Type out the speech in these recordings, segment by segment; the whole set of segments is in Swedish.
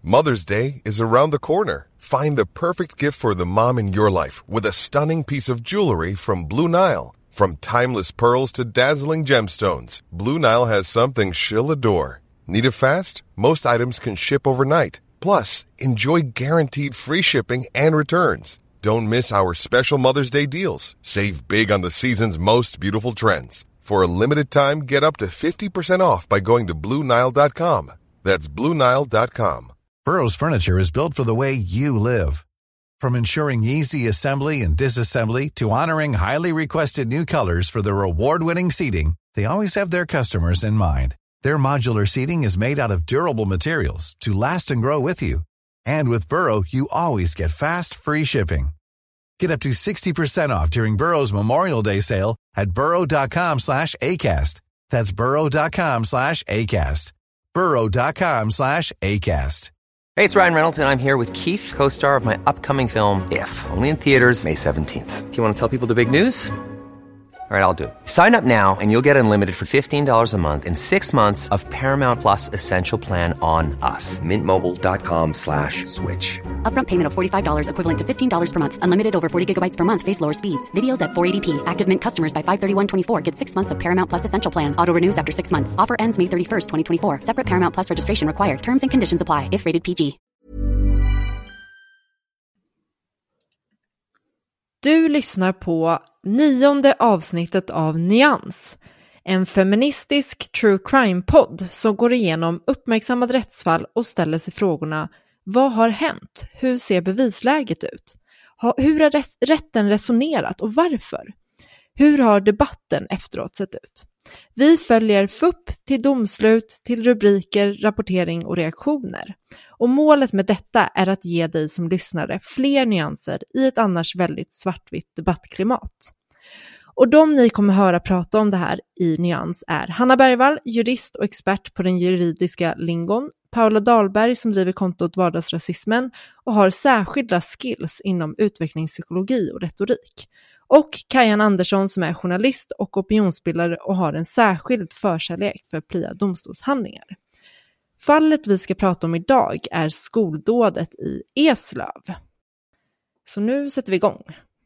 Mother's Day is around the corner. Find the perfect gift for the mom in your life with a stunning piece of jewelry from Blue Nile. From timeless pearls to dazzling gemstones, Blue Nile has something she'll adore. Need it fast? Most items can ship overnight. Plus, enjoy guaranteed free shipping and returns. Don't miss our special Mother's Day deals. Save big on the season's most beautiful trends. For a limited time, get up to 50% off by going to BlueNile.com. That's BlueNile.com. Burrow's furniture is built for the way you live. From ensuring easy assembly and disassembly to honoring highly requested new colors for their award-winning seating, they always have their customers in mind. Their modular seating is made out of durable materials to last and grow with you. And with Burrow, you always get fast, free shipping. Get up to 60% off during Burrow's Memorial Day sale at burrow.com/ACAST. That's burrow.com/ACAST. burrow.com/ACAST. Hey, it's Ryan Reynolds, and I'm here with Keith, co-star of my upcoming film, If, only in theaters May 17th. Do you want to tell people the big news? All right, I'll do it. Sign up now and you'll get unlimited for $15 a month and 6 months of Paramount Plus Essential Plan on us. MintMobile.com/switch. Upfront payment of $45 equivalent to $15 per month. Unlimited over 40 gigabytes per month. Face lower speeds. Videos at 480p. Active Mint customers by 531.24 get 6 months of Paramount Plus Essential Plan. Auto renews after 6 months. Offer ends May 31st, 2024. Separate Paramount Plus registration required. Terms and conditions apply if rated PG. Du lyssnar på 9:e avsnittet av Nyans, en feministisk true crime-podd som går igenom uppmärksammade rättsfall och ställer sig frågorna: vad har hänt? Hur ser bevisläget ut? Hur har rätten resonerat och varför? Hur har debatten efteråt sett ut? Vi följer FUP till domslut, till rubriker, rapportering och reaktioner. Och målet med detta är att ge dig som lyssnare fler nyanser i ett annars väldigt svartvitt debattklimat. Och de ni kommer höra prata om det här i Nyans är Hanna Bergvall, jurist och expert på den juridiska lingon, Paula Dahlberg som driver kontot Vardagsrasismen och har särskilda skills inom utvecklingspsykologi och retorik. Och Kajan Andersson som är journalist och opinionsbildare och har en särskild förkärlek för att plia domstolshandlingar. Fallet vi ska prata om idag är skoldådet i Eslöv. Så nu sätter vi igång.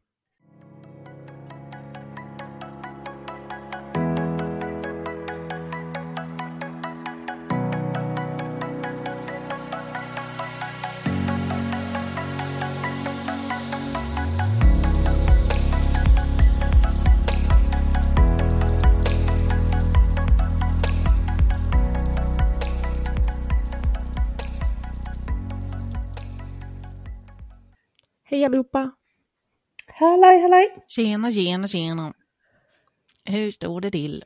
Hej allihopa! Halloj, halloj! Tjena. Hur står det till?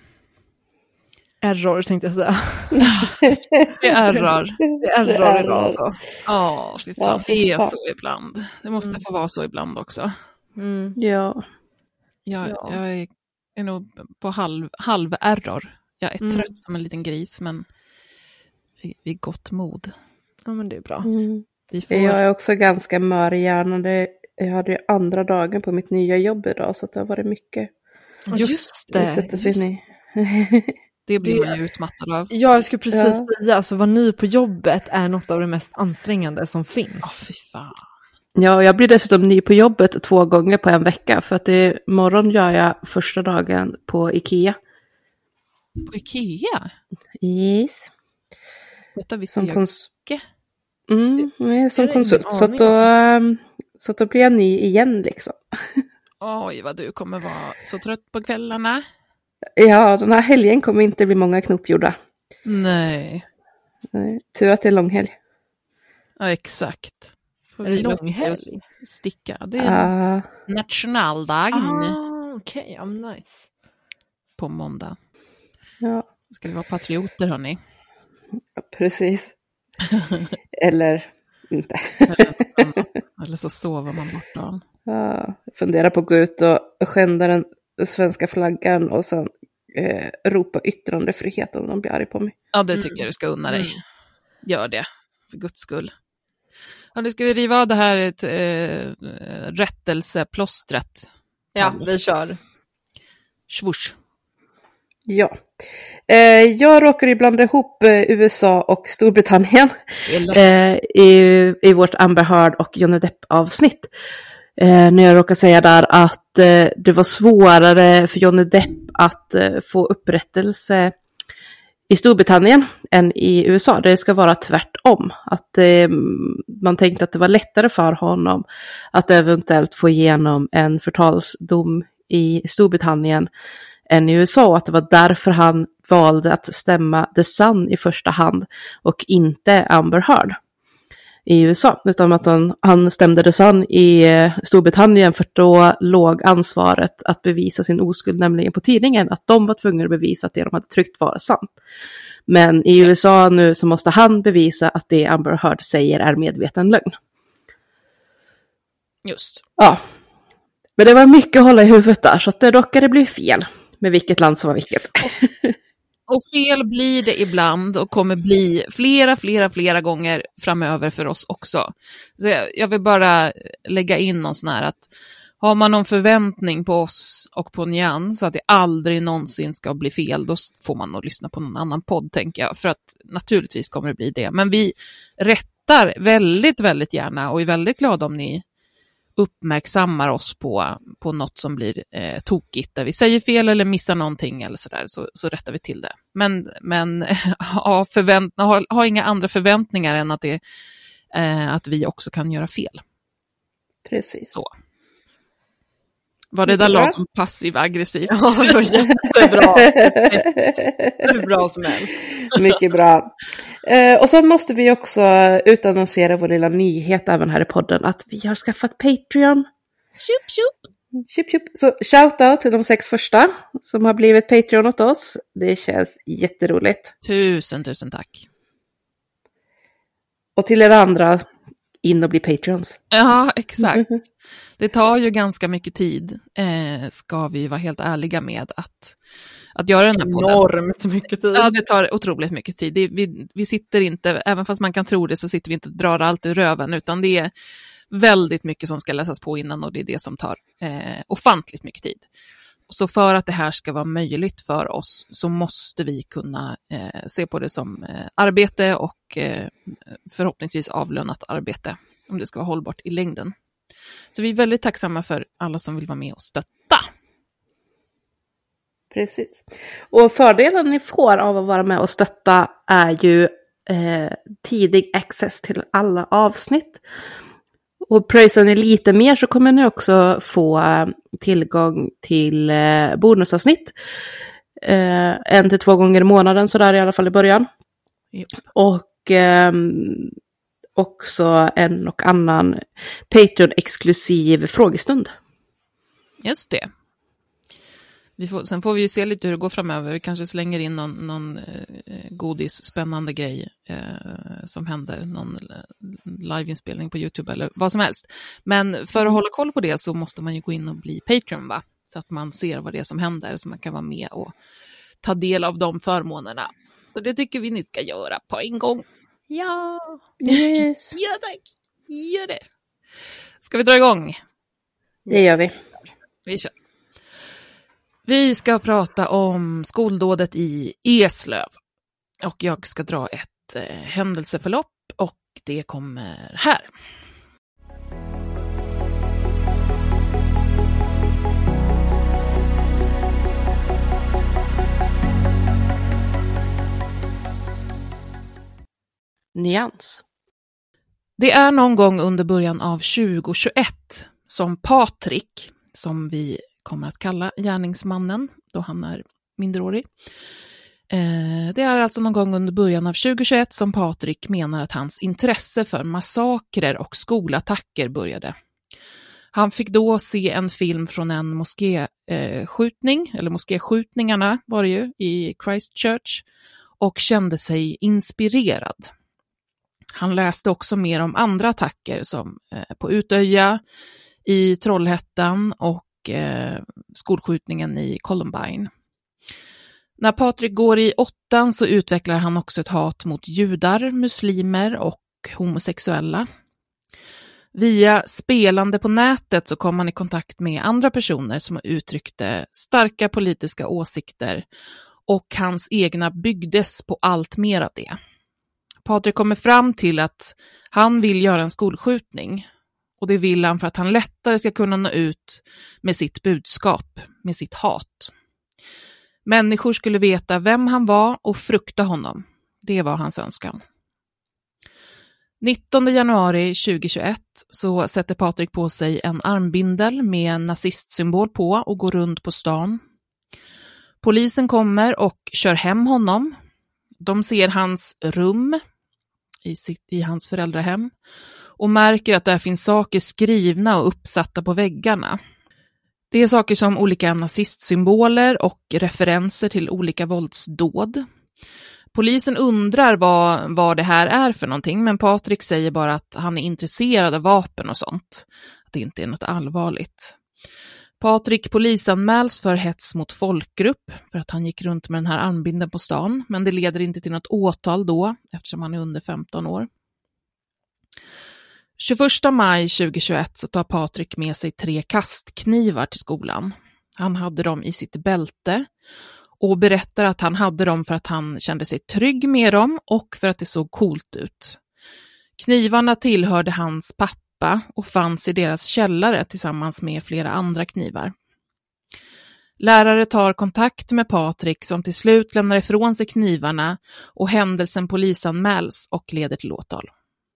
Error tänkte jag säga. Det är error. Det är error idag alltså. Ja, fy fan. Det är så ibland. Det måste få vara så ibland också. Mm. Ja. Jag är nog på halv error. Jag är trött som en liten gris, men vid gott mod. Ja, men det är bra. Mm. Jag är också ganska mör i hjärnan. Jag hade ju andra dagen på mitt nya jobb idag, så det har varit mycket. Just det. Det blir man ju utmattad av. Jag skulle precis säga, alltså vara ny på jobbet är något av det mest ansträngande som finns. Fy fan. Ja, jag blir dessutom ny på jobbet 2 gånger på en vecka. För att imorgon gör jag första dagen på Ikea. På Ikea? Yes. Detta visste jag inte. Som konsult. Så då blir jag ny igen liksom. Oj, vad du kommer vara så trött på kvällarna. Ja, den här helgen kommer inte bli många knopgjorda. Nej. Tur att det är långhelg. Ja, exakt. Är det långhelg? Sticka. Det är nationaldagen. Okej, I'm nice. På måndag. Ja. Ska vi vara patrioter, hörni? Ja, precis. Eller inte. Eller så sover man bort dagen. Ja, funderar på att gå ut och skända den svenska flaggan och sen ropa yttrandefrihet om de blir arg på mig. Ja, det tycker jag du ska unna dig. Gör det, för guds skull. Ja, nu ska vi riva av det här rättelseplåstret. Ja, vi kör. Swoosh. Ja. Jag råkar ju blanda ihop USA och Storbritannien i vårt Amber Heard och Johnny Depp-avsnitt. När jag råkar säga där att det var svårare för Johnny Depp att få upprättelse i Storbritannien än i USA. Det ska vara tvärtom. Att man tänkte att det var lättare för honom att eventuellt få igenom en förtalsdom i Storbritannien än i USA. Och att det var därför han valde att stämma The Sun i första hand och inte Amber Heard i USA. Utan att han stämde The Sun i Storbritannien, för då låg ansvaret att bevisa sin oskuld nämligen på tidningen. Att de var tvungna att bevisa att det de hade tryckt var sant. Men i USA nu så måste han bevisa att det Amber Heard säger är medveten lögn. Just. Ja. Men det var mycket att hålla i huvudet där, så att det råkade bli fel med vilket land som var vilket. Och fel blir det ibland och kommer bli flera gånger framöver för oss också. Så jag vill bara lägga in någon sån här att har man någon förväntning på oss och på Nyans att det aldrig någonsin ska bli fel, då får man nog lyssna på någon annan podd, tänker jag. För att naturligtvis kommer det bli det. Men vi rättar väldigt, väldigt gärna och är väldigt glada om ni uppmärksammar oss på något som blir tokigt, där vi säger fel eller missar någonting eller sådär, så rättar vi till det. Men ha inga andra förväntningar än att vi också kan göra fel. Precis. Så. Var det där lagom passiv-aggressivt? Ja, det var jättebra. Hur bra som helst. Mycket bra. Och sen måste vi också utannonsera vår lilla nyhet även här i podden, att vi har skaffat Patreon. Tjup. Så shout out till de 6 första som har blivit Patreon åt oss. Det känns jätteroligt. Tusen tack. Och till er andra, in och bli Patreons. Ja, exakt. Det tar ju ganska mycket tid, ska vi vara helt ärliga med att göra den här podden. Enormt mycket tid. Ja, det tar otroligt mycket tid. Vi sitter inte, även fast man kan tro det, så sitter vi inte och drar allt ur röven, utan det är väldigt mycket som ska läsas på innan, och det är det som tar ofantligt mycket tid. Så för att det här ska vara möjligt för oss så måste vi kunna se på det som arbete och förhoppningsvis avlönat arbete, om det ska vara hållbart i längden. Så vi är väldigt tacksamma för alla som vill vara med och stötta. Precis. Och fördelen ni får av att vara med och stötta är ju tidig access till alla avsnitt. Och pröjsar ni lite mer så kommer ni också få tillgång till bonusavsnitt. 1 till 2 gånger i månaden, så där i alla fall i början. Yep. Och också en och annan Patreon-exklusiv frågestund. Just det. Sen får vi ju se lite hur det går framöver. Vi kanske slänger in någon spännande grej som händer. Någon liveinspelning på YouTube eller vad som helst. Men för att hålla koll på det så måste man ju gå in och bli Patreon, va? Så att man ser vad det är som händer, så man kan vara med och ta del av de förmånerna. Så det tycker vi ni ska göra på en gång. Ja. Yes. Ja, tack. Gör det. Ska vi dra igång? Det gör vi. Vi kör. Vi ska prata om skoldådet i Eslöv. Och jag ska dra ett händelseförlopp, och det kommer här. Nyans. Det är någon gång under början av 2021 som Patrik, som vi kommer att kalla gärningsmannen då han är minderårig. Det är alltså någon gång under början av 2021 som Patrik menar att hans intresse för massakrer och skolattacker började. Han fick då se en film från en moskéskjutning, eller moskéskjutningarna var det ju, i Christchurch, och kände sig inspirerad. Han läste också mer om andra attacker som på Utöja, i Trollhättan och skolskjutningen i Columbine. När Patrik går i 8:an så utvecklar han också ett hat mot judar, muslimer och homosexuella. Via spelande på nätet så kom han i kontakt med andra personer som uttryckte starka politiska åsikter och hans egna byggdes på allt mer av det. Patrik kommer fram till att han vill göra en skolskjutning, och det vill han för att han lättare ska kunna nå ut med sitt budskap, med sitt hat. Människor skulle veta vem han var och frukta honom. Det var hans önskan. 19 januari 2021 så sätter Patrik på sig en armbindel med en nazistsymbol på och går runt på stan. Polisen kommer och kör hem honom. De ser hans rum i hans föräldrahem och märker att där finns saker skrivna och uppsatta på väggarna. Det är saker som olika nazistsymboler och referenser till olika våldsdåd. Polisen undrar vad det här är för någonting, men Patrik säger bara att han är intresserad av vapen och sånt. Att det inte är något allvarligt. Patrik polisanmäls för hets mot folkgrupp för att han gick runt med den här armbinden på stan, men det leder inte till något åtal då eftersom han är under 15 år. 21 maj 2021 så tar Patrik med sig 3 kastknivar till skolan. Han hade dem i sitt bälte och berättar att han hade dem för att han kände sig trygg med dem och för att det såg coolt ut. Knivarna tillhörde hans pappa och fanns i deras källare tillsammans med flera andra knivar. Lärare tar kontakt med Patrik som till slut lämnar ifrån sig knivarna och händelsen polisanmäls och leder till åtal.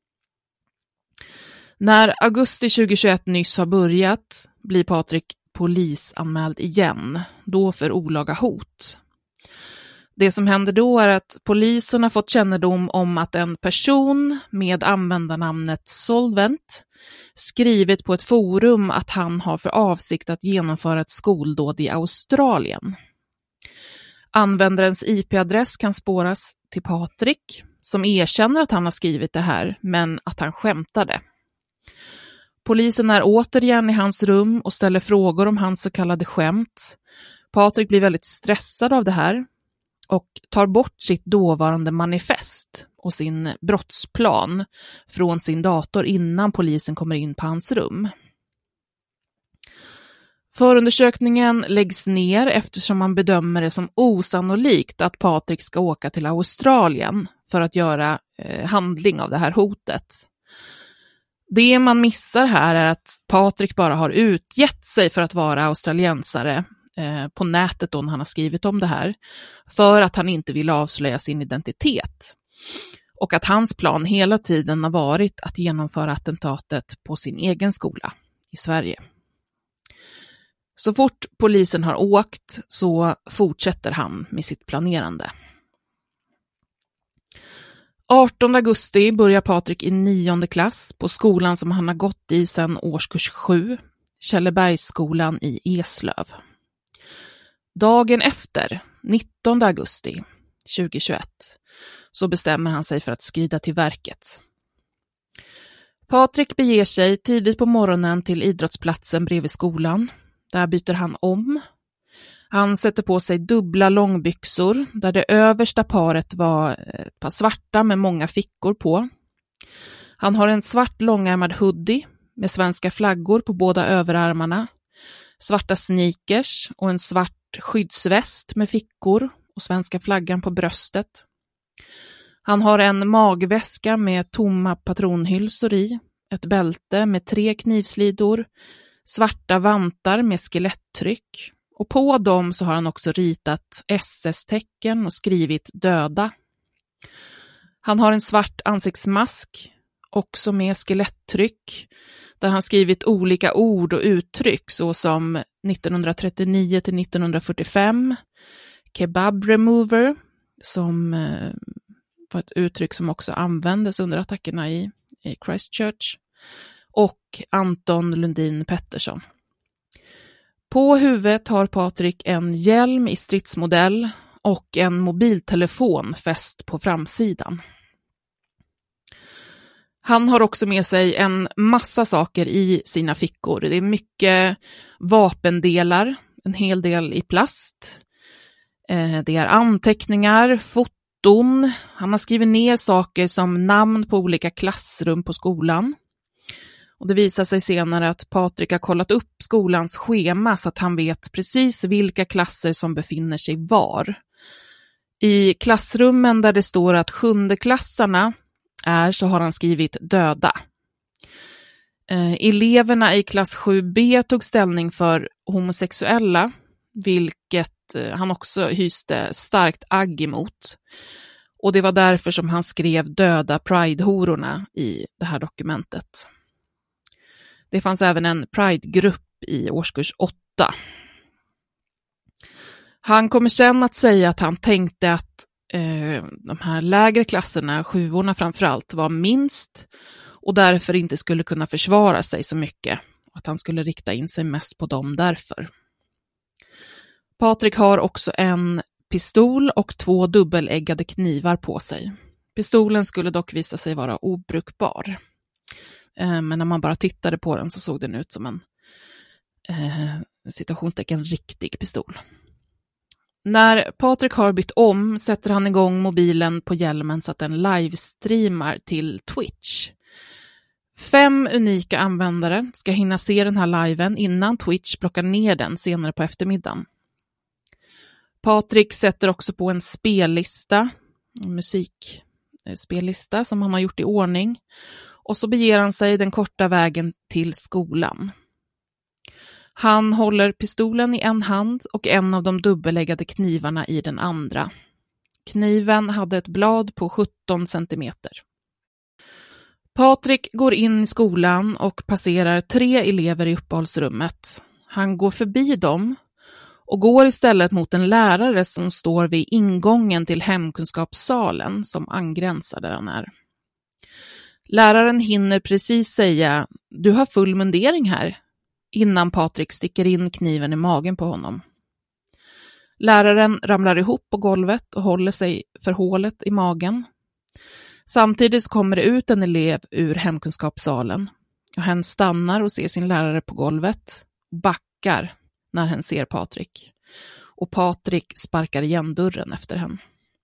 När augusti 2021 nyss har börjat blir Patrik polisanmäld igen, då för olaga hot. Det som händer då är att polisen har fått kännedom om att en person med användarnamnet Solvent skrivit på ett forum att han har för avsikt att genomföra ett skoldåd i Australien. Användarens IP-adress kan spåras till Patrik, som erkänner att han har skrivit det här, men att han skämtade. Polisen är återigen i hans rum och ställer frågor om hans så kallade skämt. Patrik blir väldigt stressad av det här och tar bort sitt dåvarande manifest och sin brottsplan från sin dator innan polisen kommer in på hans rum. Förundersökningen läggs ner eftersom man bedömer det som osannolikt att Patrik ska åka till Australien för att göra handling av det här hotet. Det man missar här är att Patrik bara har utgett sig för att vara australiensare på nätet då när han har skrivit om det här, för att han inte vill avslöja sin identitet. Och att hans plan hela tiden har varit att genomföra attentatet på sin egen skola i Sverige. Så fort polisen har åkt så fortsätter han med sitt planerande. 18 augusti börjar Patrik i 9:e klass på skolan som han har gått i sedan årskurs 7, Källebergsskolan i Eslöv. Dagen efter, 19 augusti 2021, så bestämmer han sig för att skrida till verket. Patrik beger sig tidigt på morgonen till idrottsplatsen bredvid skolan. Där byter han om. Han sätter på sig dubbla långbyxor där det översta paret var ett par svarta med många fickor på. Han har en svart långärmad hoodie med svenska flaggor på båda överarmarna, svarta sneakers och en svart skyddsväst med fickor och svenska flaggan på bröstet. Han har en magväska med tomma patronhylsor i, ett bälte med 3 knivslidor, svarta vantar med skeletttryck. Och på dem så har han också ritat SS-tecken och skrivit döda. Han har en svart ansiktsmask, också med skeletttryck, där han skrivit olika ord och uttryck såsom 1939 till 1945, kebab remover, som var ett uttryck som också användes under attackerna i Christchurch, och Anton Lundin Pettersson. På huvudet har Patrik en hjälm i stridsmodell och en mobiltelefon fäst på framsidan. Han har också med sig en massa saker i sina fickor. Det är mycket vapendelar, en hel del i plast. Det är anteckningar, foton. Han har skrivit ner saker som namn på olika klassrum på skolan. Och det visar sig senare att Patrik har kollat upp skolans schema så att han vet precis vilka klasser som befinner sig var. I klassrummen där det står att 7:e-klassarna är, så har han skrivit döda. Eleverna i klass 7B tog ställning för homosexuella, vilket han också hyste starkt agg emot. Och det var därför som han skrev döda Pride-hororna i det här dokumentet. Det fanns även en Pride-grupp i årskurs 8. Han kommer sen att säga att han tänkte att de här lägre klasserna, 7:orna framförallt, var minst och därför inte skulle kunna försvara sig så mycket. Att han skulle rikta in sig mest på dem därför. Patrik har också en pistol och 2 dubbeläggade knivar på sig. Pistolen skulle dock visa sig vara obrukbar. Men när man bara tittade på den så såg den ut som en situationstecken riktig pistol. När Patrik har bytt om sätter han igång mobilen på hjälmen så att den livestreamar till Twitch. 5 unika användare ska hinna se den här liven innan Twitch plockar ner den senare på eftermiddagen. Patrik sätter också på en spellista, en musikspellista som han har gjort i ordning. Och så beger han sig den korta vägen till skolan. Han håller pistolen i en hand och en av de dubbeläggade knivarna i den andra. Kniven hade ett blad på 17 centimeter. Patrik går in i skolan och passerar 3 elever i uppehållsrummet. Han går förbi dem och går istället mot en lärare som står vid ingången till hemkunskapssalen som angränsar där han är. Läraren hinner precis säga "Du har full mundering här" innan Patrik sticker in kniven i magen på honom. Läraren ramlar ihop på golvet och håller sig för hålet i magen. Samtidigt kommer det ut en elev ur hemkunskapssalen. Och hen stannar och ser sin lärare på golvet och backar när hen ser Patrik. Och Patrik sparkar igen dörren efter henne.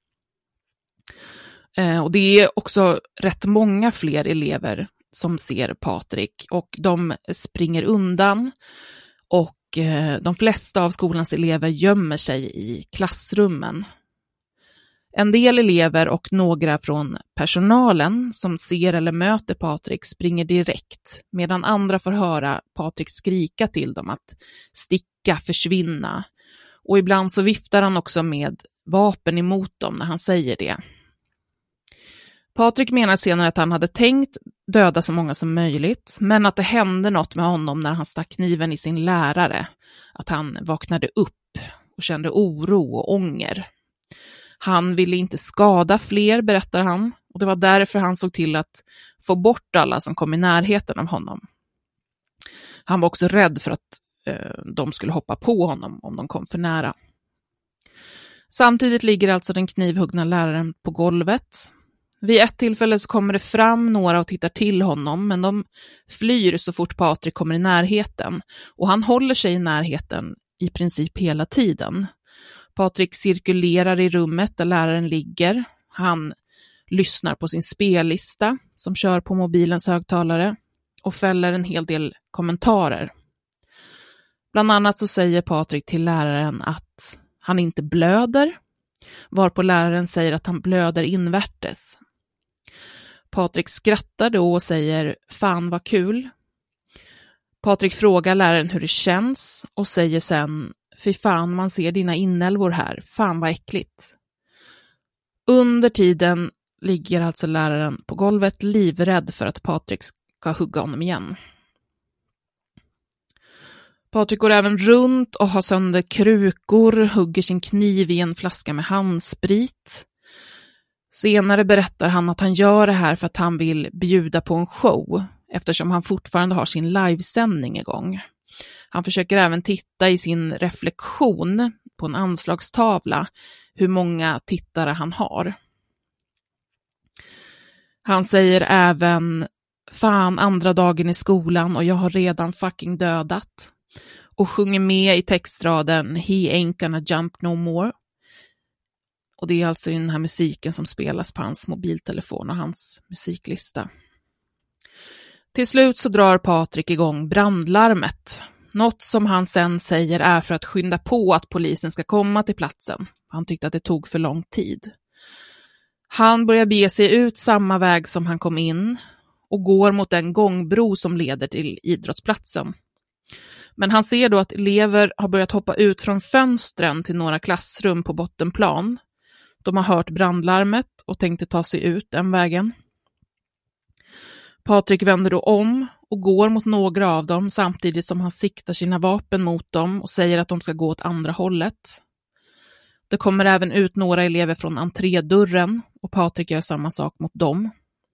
Och det är också rätt många fler elever som ser Patrik och de springer undan och de flesta av skolans elever gömmer sig i klassrummen. En del elever och några från personalen som ser eller möter Patrik springer direkt, medan andra får höra Patrik skrika till dem att sticka, försvinna. Och ibland så viftar han också med vapen emot dem när han säger det. Patrik menar senare att han hade tänkt döda så många som möjligt, men att det hände något med honom när han stack kniven i sin lärare. Att han vaknade upp och kände oro och ånger. Han ville inte skada fler, berättar han, och det var därför han såg till att få bort alla som kom i närheten av honom. Han var också rädd för att de skulle hoppa på honom om de kom för nära. Samtidigt ligger alltså den knivhuggna läraren på golvet. Vid ett tillfälle så kommer det fram några och tittar till honom, men de flyr så fort Patrik kommer i närheten. Och han håller sig i närheten i princip hela tiden. Patrik cirkulerar i rummet där läraren ligger. Han lyssnar på sin spellista som kör på mobilens högtalare och fäller en hel del kommentarer. Bland annat så säger Patrik till läraren att han inte blöder, varpå läraren säger att han blöder invärtes. Patrik skrattar då och säger "Fan vad kul". Patrik frågar läraren hur det känns och säger sen "Fy fan, man ser dina inälvor här, fan vad äckligt". Under tiden ligger alltså läraren på golvet livrädd för att Patrik ska hugga honom igen. Patrik går även runt och har sönder krukor, hugger sin kniv i en flaska med handsprit. Senare berättar han att han gör det här för att han vill bjuda på en show, eftersom han fortfarande har sin livesändning igång. Han försöker även titta i sin reflektion på en anslagstavla hur många tittare han har. Han säger även "Fan, andra dagen i skolan och jag har redan fucking dödat", och sjunger med i textraden "He ain't gonna jump no more". Och det är alltså den här musiken som spelas på hans mobiltelefon och hans musiklista. Till slut så drar Patrik igång brandlarmet. Något som han sen säger är för att skynda på att polisen ska komma till platsen. Han tyckte att det tog för lång tid. Han börjar bege sig ut samma väg som han kom in och går mot den gångbro som leder till idrottsplatsen. Men han ser då att elever har börjat hoppa ut från fönstren till några klassrum på bottenplan. De har hört brandlarmet och tänkte ta sig ut den vägen. Patrik vänder då om och går mot några av dem samtidigt som han siktar sina vapen mot dem och säger att de ska gå åt andra hållet. Det kommer även ut några elever från entrédörren och Patrik gör samma sak mot dem.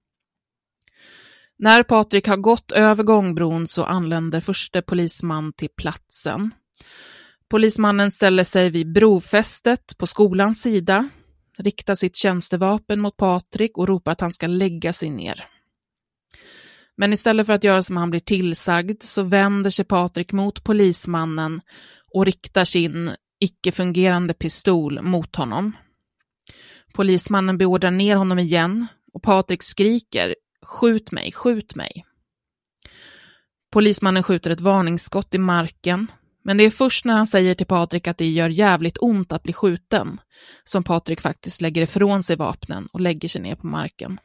När Patrik har gått över gångbron så anländer första polisman till platsen. Polismannen ställer sig vid brofästet på skolans sida, riktar sitt tjänstevapen mot Patrik och ropar att han ska lägga sig ner. Men istället för att göra som han blir tillsagd så vänder sig Patrik mot polismannen och riktar sin icke-fungerande pistol mot honom. Polismannen beordrar ner honom igen och Patrik skriker: "Skjut mig, skjut mig." Polismannen skjuter ett varningsskott i marken, men det är först när han säger till Patrik att det gör jävligt ont att bli skjuten som Patrik faktiskt lägger ifrån sig vapnen och lägger sig ner på marken.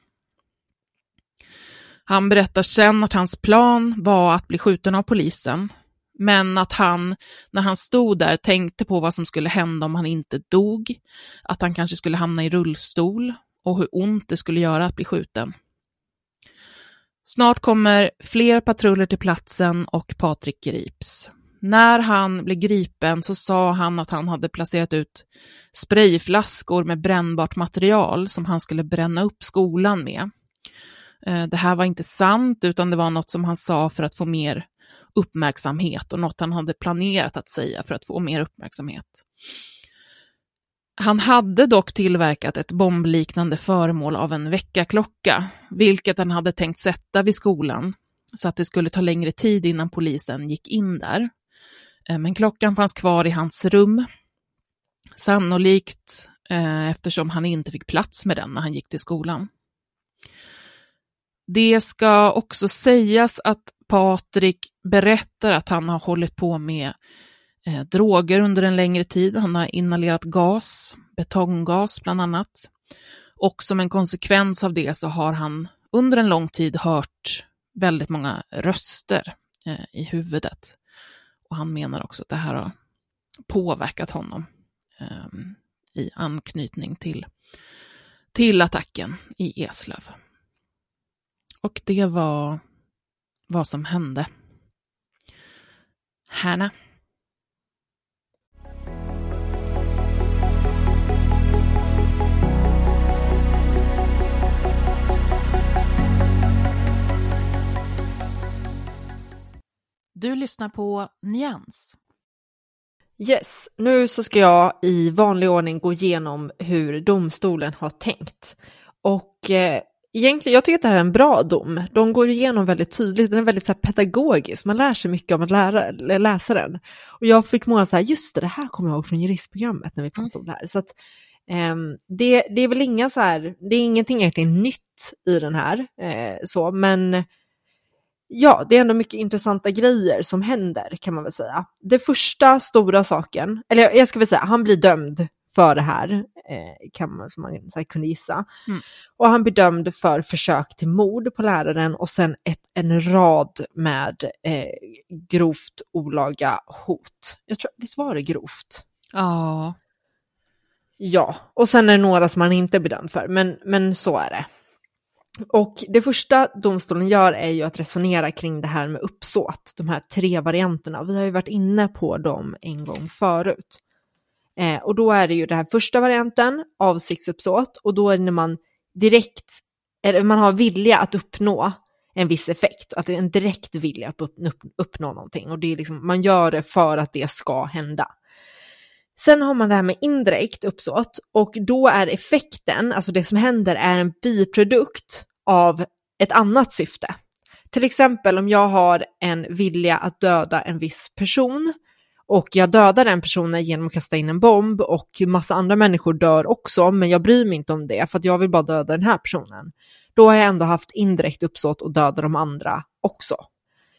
Han berättar sen att hans plan var att bli skjuten av polisen, men att han, när han stod där, tänkte på vad som skulle hända om han inte dog, att han kanske skulle hamna i rullstol och hur ont det skulle göra att bli skjuten. Snart kommer fler patruller till platsen och Patrik grips. När han blev gripen så sa han att han hade placerat ut sprayflaskor med brännbart material som han skulle bränna upp skolan med. Det här var inte sant utan det var något som han sa för att få mer uppmärksamhet och något han hade planerat att säga för att få mer uppmärksamhet. Han hade dock tillverkat ett bombliknande föremål av en väckarklocka, vilket han hade tänkt sätta vid skolan så att det skulle ta längre tid innan polisen gick in där. Men klockan fanns kvar i hans rum, sannolikt eftersom han inte fick plats med den när han gick till skolan. Det ska också sägas att Patrik berättar att han har hållit på med droger under en längre tid. Han har inhalerat gas, betonggas bland annat. Och som en konsekvens av det så har han under en lång tid hört väldigt många röster i huvudet. Och han menar också att det här har påverkat honom i anknytning till attacken i Eslöv. Och det var vad som hände. Hanna. Du lyssnar på Nyans. Yes, nu så ska jag i vanlig ordning gå igenom hur domstolen har tänkt. Och egentligen, jag tycker att det här är en bra dom. De går igenom väldigt tydligt, den är väldigt så här pedagogisk. Man lär sig mycket om att läsa den. Och jag fick många så här, just det här kommer jag ihåg från juristprogrammet när vi pratade om det här. Så att det är väl inga så här, det är ingenting egentligen nytt i den här. Så, men ja, det är ändå mycket intressanta grejer som händer kan man väl säga. Det första stora saken, eller jag ska väl säga, han blir dömd för det här, kan man, som man så här, kunde gissa. Mm. Och han blir dömd för försök till mord på läraren och sen en rad med grovt olaga hot. Jag tror, visst var det grovt? Ja. Ja, och sen är det några som han inte blir dömd för, men så är det. Och det första domstolen gör är ju att resonera kring det här med uppsåt. De här 3 varianterna. Vi har ju varit inne på dem en gång förut. Och då är det ju den här första varianten, avsiktsuppsåt. Och då är det när man direkt, eller man har vilja att uppnå en viss effekt. Att det är en direkt vilja att uppnå någonting. Och det är liksom, man gör det för att det ska hända. Sen har man det här med indirekt uppsåt och då är effekten, alltså det som händer är en biprodukt av ett annat syfte. Till exempel om jag har en vilja att döda en viss person och jag dödar den personen genom att kasta in en bomb och massa andra människor dör också, men jag bryr mig inte om det för att jag vill bara döda den här personen. Då har jag ändå haft indirekt uppsåt och döda de andra också.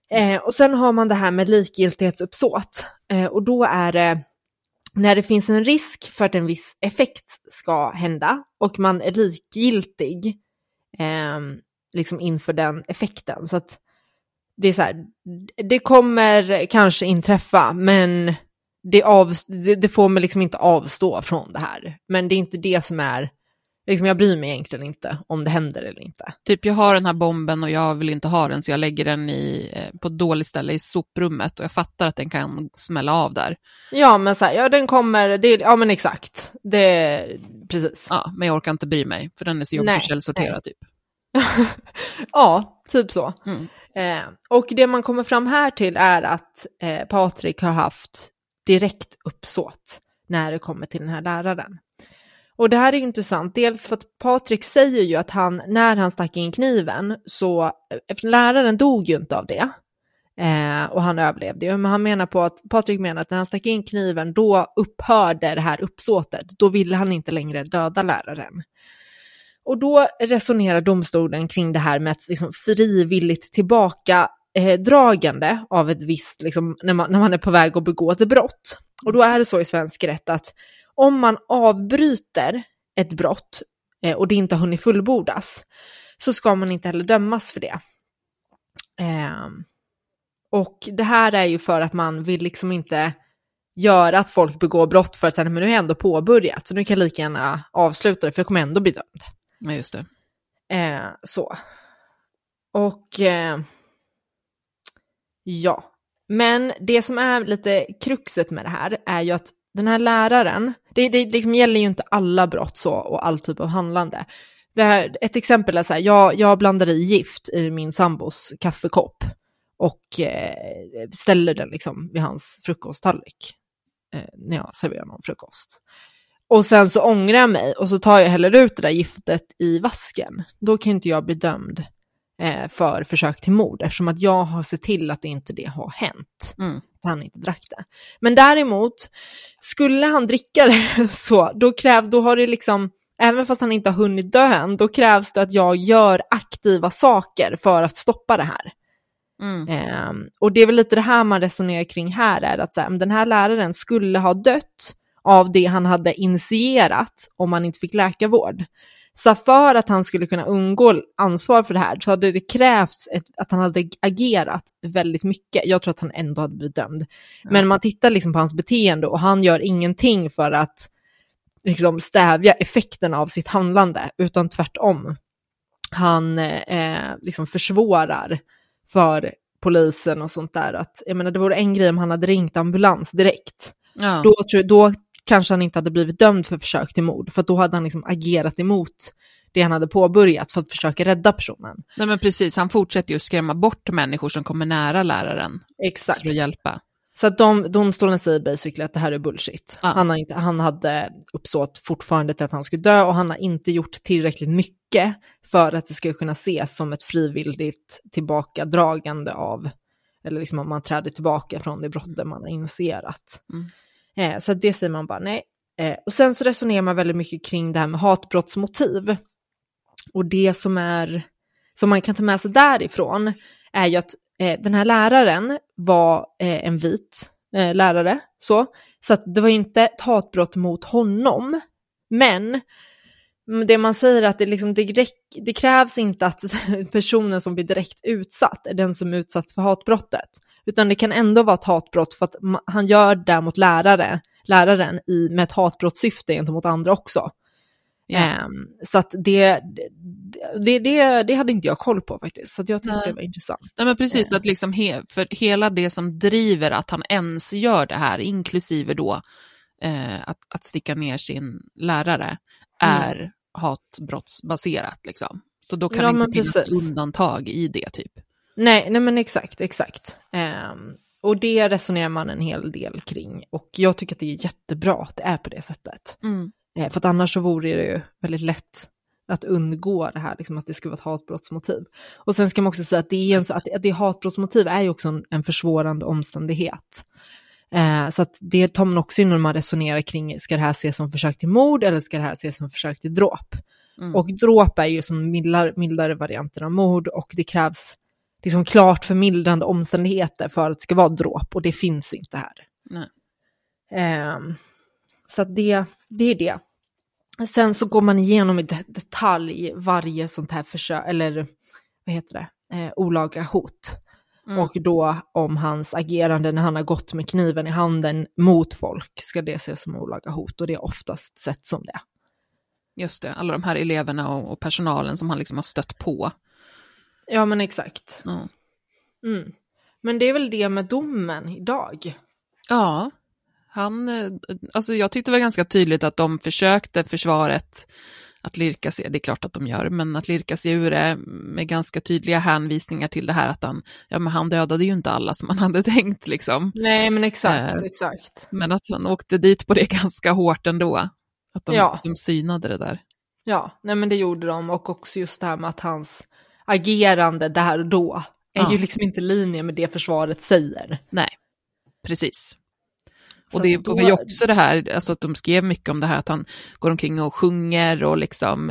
Och sen har man det här med likgiltighetsuppsåt. Och då är det när det finns en risk för att en viss effekt ska hända och man är likgiltig liksom inför den effekten. Så att det är så här, det kommer kanske inträffa, men det får mig liksom inte avstå från det här. Men det är inte det som är, liksom jag bryr mig egentligen inte om det händer eller inte. Typ jag har den här bomben och jag vill inte ha den, så jag lägger den på ett dåligt ställe i soprummet och jag fattar att den kan smälla av där. Ja, men så här, ja den kommer, ja men exakt, det precis. Ja, men jag orkar inte bry mig, för den är så jobbig att källsortera typ. Ja, typ så. Och det man kommer fram här till är att Patrik har haft direkt uppsåt när det kommer till den här läraren. Och det här är intressant, dels för att Patrik säger ju att när han stack in kniven, så läraren dog ju inte av det. Och han överlevde ju, men Patrik menar att när han stack in kniven, då upphörde det här uppsåtet. Då ville han inte längre döda läraren. Och då resonerar domstolen kring det här med att liksom frivilligt tillbakadragande av ett visst, liksom, när man är på väg att begå ett brott. Och då är det så i svensk rätt att om man avbryter ett brott och det inte har hunnit fullbordas, så ska man inte heller dömas för det. Och det här är ju för att man vill liksom inte göra att folk begår brott för att säga, men nu är jag ändå påbörjat, så nu kan jag lika gärna avsluta det, för jag kommer ändå bli dömd. Ja, just det. Så. Och ja. Men det som är lite kruxet med det här är ju att den här läraren, det liksom gäller ju inte alla brott så och all typ av handlande. Ett exempel är så här, jag blandar i gift i min sambos kaffekopp och ställer den liksom vid hans frukosttallrik när jag serverar någon frukost. Och sen så ångrar jag mig och så tar jag heller ut det där giftet i vasken. Då kan inte jag bli dömd för försök till mord, eftersom att jag har sett till att inte det har hänt. Att han inte drack det. Men däremot, skulle han dricka det så, då har det liksom, även fast han inte har hunnit dö än, då krävs det att jag gör aktiva saker för att stoppa det här. Och det är väl lite det här man resonerar kring här, är att så här, den här läraren skulle ha dött av det han hade initierat om han inte fick läkarvård. Så för att han skulle kunna undgå ansvar för det här, så hade det krävts att han hade agerat väldigt mycket. Jag tror att han ändå hade blivit dömd. Men man tittar liksom på hans beteende och han gör ingenting för att liksom stävja effekten av sitt handlande, utan tvärtom. Han liksom försvårar för polisen och sånt där. Att, jag menar, det vore en grej om han hade ringt ambulans direkt. Ja. Då kanske han inte hade blivit dömd för försök till mord. För då hade han liksom agerat emot det han hade påbörjat för att försöka rädda personen. Nej, men precis, han fortsätter ju skrämma bort människor som kommer nära läraren. Exakt. För att hjälpa. Så att domstolen säger basically att det här är bullshit. Ja. Han hade uppsåt fortfarande till att han skulle dö, och han har inte gjort tillräckligt mycket för att det ska kunna ses som ett frivilligt tillbakadragande av, eller liksom om man träder tillbaka från det brottet man har initierat. Så det säger man bara nej. Och sen så resonerar man väldigt mycket kring det här med hatbrottsmotiv. Och det som man kan ta med sig därifrån är ju att den här läraren var en vit lärare. Så att det var inte ett hatbrott mot honom. Men det man säger är att det krävs inte att personen som blir direkt utsatt är den som är utsatt för hatbrottet. Utan det kan ändå vara ett hatbrott för att han gör det mot läraren med ett hatbrottssyfte gentemot andra också. Yeah. Så att det hade inte jag koll på faktiskt. Så att jag tyckte det var intressant. Nej, men precis, att liksom för hela det som driver att han ens gör det här, inklusive då att sticka ner sin lärare, är hatbrottsbaserat liksom. Så då kan det inte finnas ett undantag i det typ. Nej men exakt. Och det resonerar man en hel del kring. Och jag tycker att det är jättebra att det är på det sättet. För att annars så vore det ju väldigt lätt att undgå det här, liksom att det skulle vara ett hatbrottsmotiv. Och sen ska man också säga att det hatbrottsmotiv är ju också en försvårande omständighet. Så att det tar man också in när man resonerar kring, ska det här ses som försök till mord eller ska det här ses som försök till dråp? Och dråp är ju som mildare varianter av mord, och det krävs liksom klart förmildrande omständigheter för att det ska vara dråp, och det finns inte här. Nej. Så att det är det. Sen så går man igenom i detalj varje sånt här försök, eller vad heter det, olaga hot. Och då om hans agerande när han har gått med kniven i handen mot folk, ska det ses som olaga hot, och det är oftast sett som det. Just det, alla de här eleverna och personalen som han liksom har stött på. Ja, men exakt. Men det är väl det med domen idag. Ja, alltså jag tyckte det var ganska tydligt att de försökte försvaret att lirka sig, det är klart att de gör, men att lirka sig ur det med ganska tydliga hänvisningar till det här att han dödade ju inte alla som han hade tänkt liksom. Nej, men exakt. Men att han åkte dit på det ganska hårt ändå. Att de synade det där. Ja, nej men det gjorde de, och också just det här med att hans agerande där och då är ju liksom inte i linje med det försvaret säger. Nej, precis. Så och det var ju också det här, alltså att de skrev mycket om det här att han går omkring och sjunger och liksom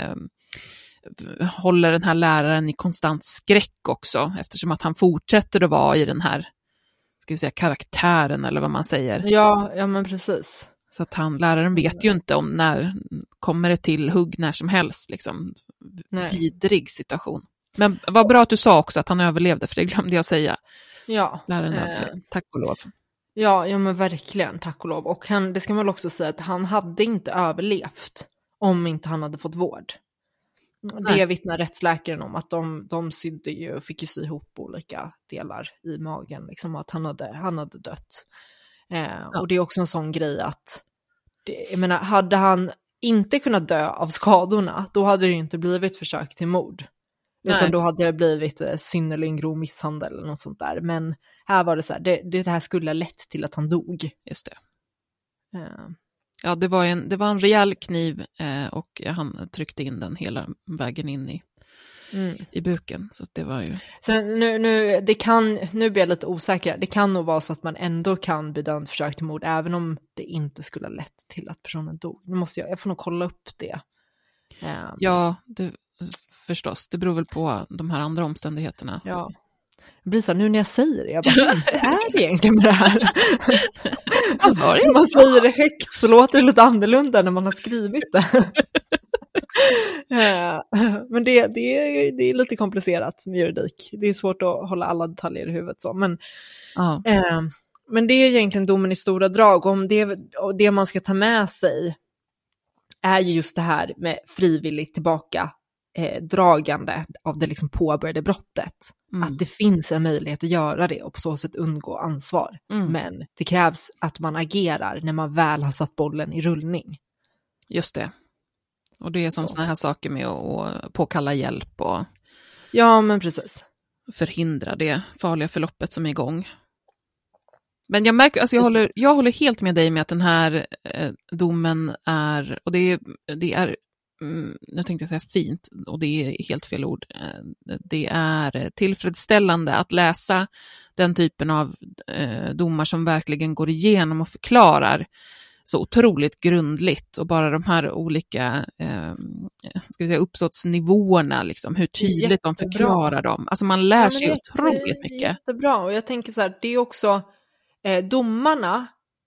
håller den här läraren i konstant skräck också, eftersom att han fortsätter att vara i den här, ska vi säga, karaktären eller vad man säger. Ja men precis. Så att läraren vet ju inte om när kommer det till hugg när som helst liksom. Vidrig situation. Men vad bra att du sa också att han överlevde, för det glömde jag säga. Ja. Läraren överlevde, tack och lov. Ja men verkligen, tack och lov. Och det ska man också säga att han hade inte överlevt om inte han hade fått vård. Nej. Det vittnar rättsläkaren om, att de fick ju sy ihop olika delar i magen, liksom, att han hade dött. Och det är också en sån grej att, jag menar, hade han inte kunnat dö av skadorna, då hade det ju inte blivit försök till mord. Nej. Utan då hade det blivit synnerligen grov misshandel eller något sånt där. Men här var det så här, det här skulle ha lett till att han dog. Just det. Ja, det var en rejäl kniv och han tryckte in den hela vägen in i buken. Så det var ju... Sen nu blir jag lite osäker. Det kan nog vara så att man ändå kan bedöma försök till mord även om det inte skulle ha lett till att personen dog. Nu jag får nog kolla upp det. Ja, förstås. Det beror väl på de här andra omständigheterna. Ja. Det blir så nu när jag säger det, jag bara, vad är det egentligen med det här? När man säger det högt så låter det lite annorlunda när man har skrivit det. Men det är lite komplicerat med juridik. Det är svårt att hålla alla detaljer i huvudet så. Men det är egentligen domen i stora drag. Och det man ska ta med sig är ju just det här med frivilligt tillbaka dragande av det liksom påbörjade brottet. Att det finns en möjlighet att göra det och på så sätt undgå ansvar. Men det krävs att man agerar när man väl har satt bollen i rullning. Just det. Och det är som såna här saker med att påkalla hjälp och ja, men precis. Förhindra det farliga förloppet som är igång. Men jag märker, alltså jag håller helt med dig med att den här domen är, och det är jag tänkte säga fint, och det är helt fel ord. Det är tillfredsställande att läsa den typen av domar som verkligen går igenom och förklarar så otroligt grundligt, och bara de här olika ska vi säga, uppsåtsnivåerna, liksom, hur tydligt de förklarar dem. Alltså man lär sig otroligt mycket. Jättebra, och jag tänker så här, det är också domarna,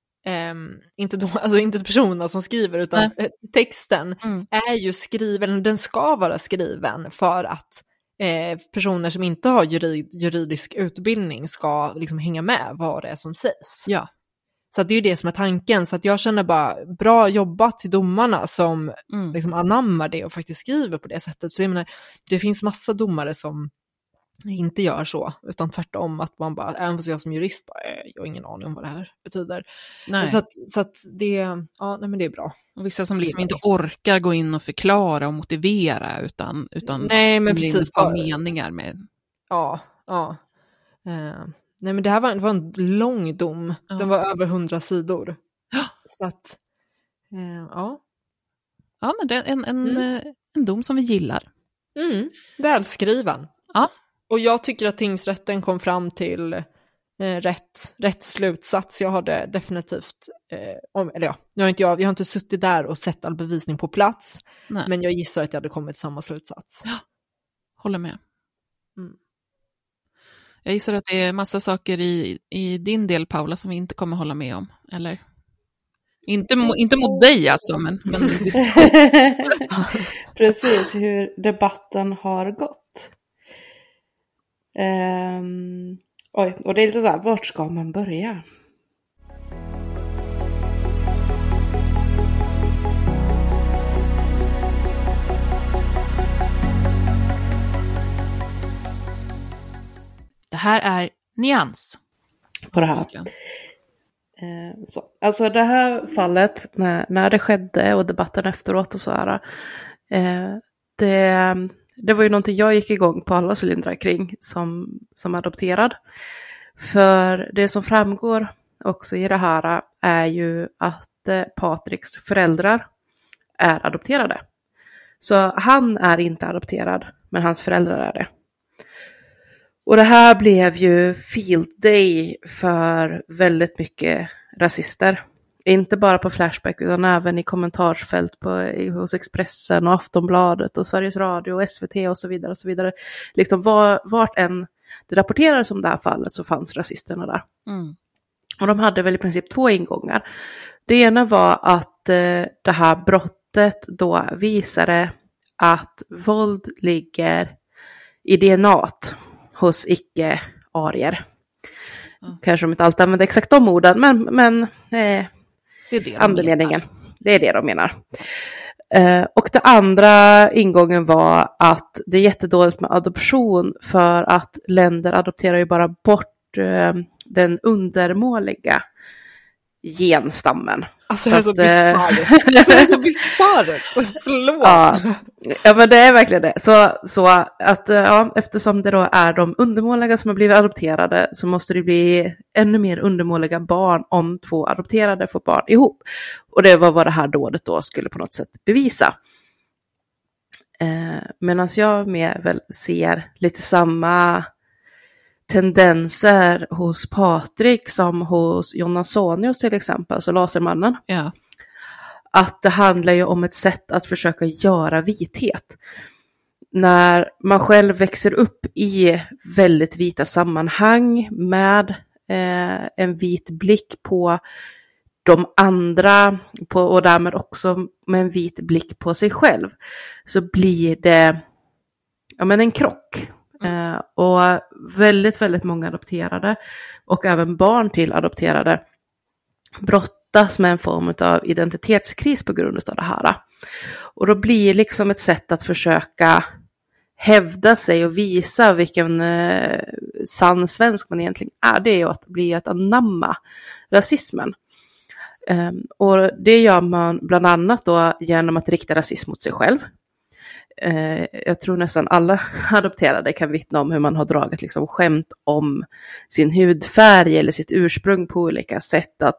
inte personerna som skriver, utan texten är ju skriven, den ska vara skriven för att personer som inte har juridisk utbildning ska liksom hänga med vad det är som sägs. Ja. Så att det är ju det som är tanken. Så att jag känner bara, bra jobbat till domarna som liksom anammar det och faktiskt skriver på det sättet. Så jag menar, det finns massa domare som inte gör så, utan tvärtom, att man bara, även fast jag som jurist bara, jag har ingen aning om vad det här betyder. Nej. Så att det, men det är bra. Och vissa som liksom inte orkar gå in och förklara och motivera, utan nej, men precis, bara meningar med. Ja. Nej, men det här var en lång dom. Den var över 100 sidor. Så att, ja. Ja, men det är en dom som vi gillar. Välskriven. Ja. Och jag tycker att tingsrätten kom fram till rätt slutsats. Jag hade definitivt, jag har inte suttit där och sett all bevisning på plats. Nej. Men jag gissar att jag hade kommit till samma slutsats. Ja, håller med. Jag gissar att det är massa saker i din del, Paula, som vi inte kommer hålla med om, eller? Inte mot dig alltså, men Precis, hur debatten har gått. Och det är lite så här, vart ska man börja? det här är nyans. På det här. Så. Alltså det här fallet, när det skedde och debatten efteråt och så här. Det var ju någonting jag gick igång på alla cylindrar kring som adopterad. För det som framgår också i det här är ju att Patricks föräldrar är adopterade. Så han är inte adopterad, men hans föräldrar är det. Och det här blev ju field day för väldigt mycket rasister. Inte bara på Flashback utan även i kommentarsfält hos Expressen och Aftonbladet och Sveriges Radio och SVT och så vidare och så vidare. Liksom vart än det rapporterades om det här fallet så fanns rasisterna där. Mm. Och de hade väl i princip 2 ingångar. Det ena var att det här brottet då visade att våld ligger i DNAt hos icke-arier. Mm. Kanske de inte alltid använder exakt de orden, men det är det andemeningen. Det är det de menar. Och det andra ingången var att det är jättedåligt med adoption för att länder adopterar ju bara bort den undermåliga genstammen. Alltså det är så bisarrt. Det är så bisarrt. Förlåt. Ja, men det är verkligen det. Så att eftersom det då är de undermåliga som har blivit adopterade så måste det bli ännu mer undermåliga barn om 2 adopterade får barn ihop. Och det var vad det här dådet då skulle på något sätt bevisa. Medan jag med väl ser lite samma tendenser hos Patrik som hos Jonas Sonius till exempel, alltså Lasermannen. Ja. Att det handlar ju om ett sätt att försöka göra vithet. När man själv växer upp i väldigt vita sammanhang med en vit blick på de andra och därmed också med en vit blick på sig själv, så blir det en krock. Och väldigt, väldigt många adopterade och även barn till adopterade brottas med en form av identitetskris på grund av det här. Och då blir det liksom ett sätt att försöka hävda sig och visa vilken sann svensk man egentligen är. Det är ju att bli att anamma rasismen. Och det gör man bland annat då genom att rikta rasism mot sig själv. Jag tror nästan alla adopterade kan vittna om hur man har dragit liksom skämt om sin hudfärg eller sitt ursprung på olika sätt. Att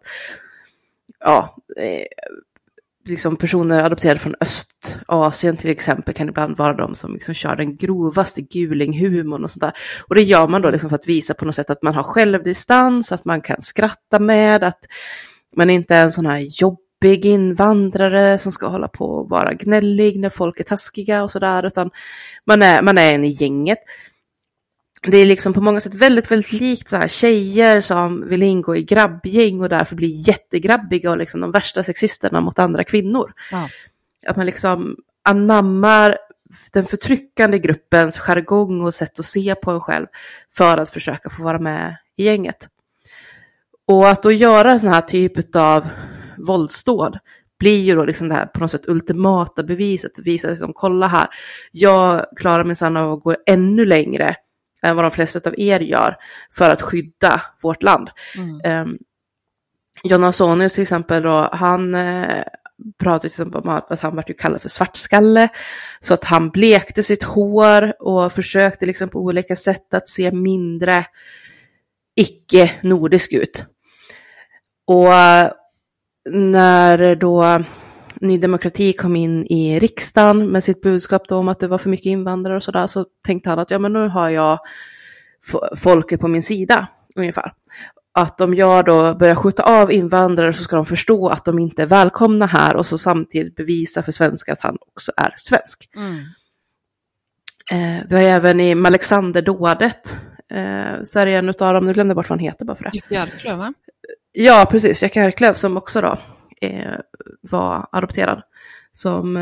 liksom personer adopterade från Östasien till exempel kan ibland vara de som liksom kör den grovaste gulinghumorn och sådär. Och det gör man då liksom för att visa på något sätt att man har självdistans, att man kan skratta med, att man inte är en sån här jobbig invandrare som ska hålla på och vara gnällig när folk är taskiga och sådär, utan man är en i gänget. Det är liksom på många sätt väldigt, väldigt likt så här tjejer som vill ingå i grabbgäng och därför blir jättegrabbiga och liksom de värsta sexisterna mot andra kvinnor. Ja. Att man liksom anammar den förtryckande gruppens jargong och sätt att se på en själv för att försöka få vara med i gänget. Och att då göra sån här typ av våldsdåd blir ju då liksom det här på något sätt ultimata beviset. Visa liksom, kolla här, jag klarar mig sedan av att gå ännu längre än vad de flesta av er gör för att skydda vårt land. Jonas Sonius till exempel då, han pratade till exempel om att han var ju kallad för svartskalle, så att han blekte sitt hår och försökte liksom på olika sätt att se mindre icke-nordisk ut. Och när då Ny Demokrati kom in i riksdagen med sitt budskap då om att det var för mycket invandrare och sådär, så tänkte han att ja, men nu har jag folket på min sida ungefär. Att om jag då börjar skjuta av invandrare så ska de förstå att de inte är välkomna här, och så samtidigt bevisa för svenskar att han också är svensk. Vi har även i Alexanderdådet så är det en utav dem, nu glömde jag bort vad han heter bara för det. Jack Arklöv, va? Ja, precis. Jack Arklöv som också då var adopterad. Som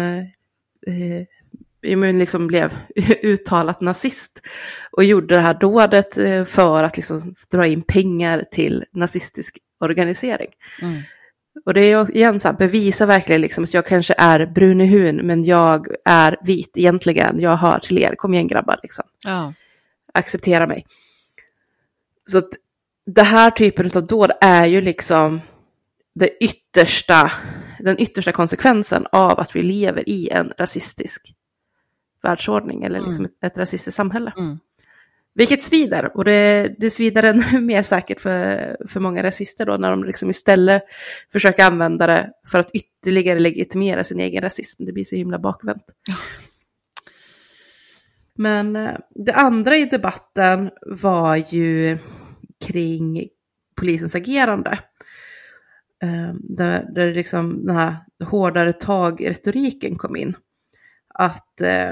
liksom blev uttalat nazist. Och gjorde det här dådet för att liksom dra in pengar till nazistisk organisering. Mm. Och det är igen så här, bevisar verkligen liksom att jag kanske är brun i huden, men jag är vit egentligen. Jag hör till er, kom igen grabbar liksom. Ja. Acceptera mig. Så att det här typen av dåd är ju liksom den yttersta konsekvensen av att vi lever i en rasistisk världsordning eller liksom ett rasistiskt samhälle. Mm. Vilket svider, och det svider ännu mer säkert för många rasister då, när de liksom istället försöker använda det för att ytterligare legitimera sin egen rasism. Det blir så himla bakvänt. Ja. Men det andra i debatten var ju kring polisens agerande. Där liksom den här hårdare tag-retoriken kom in. Att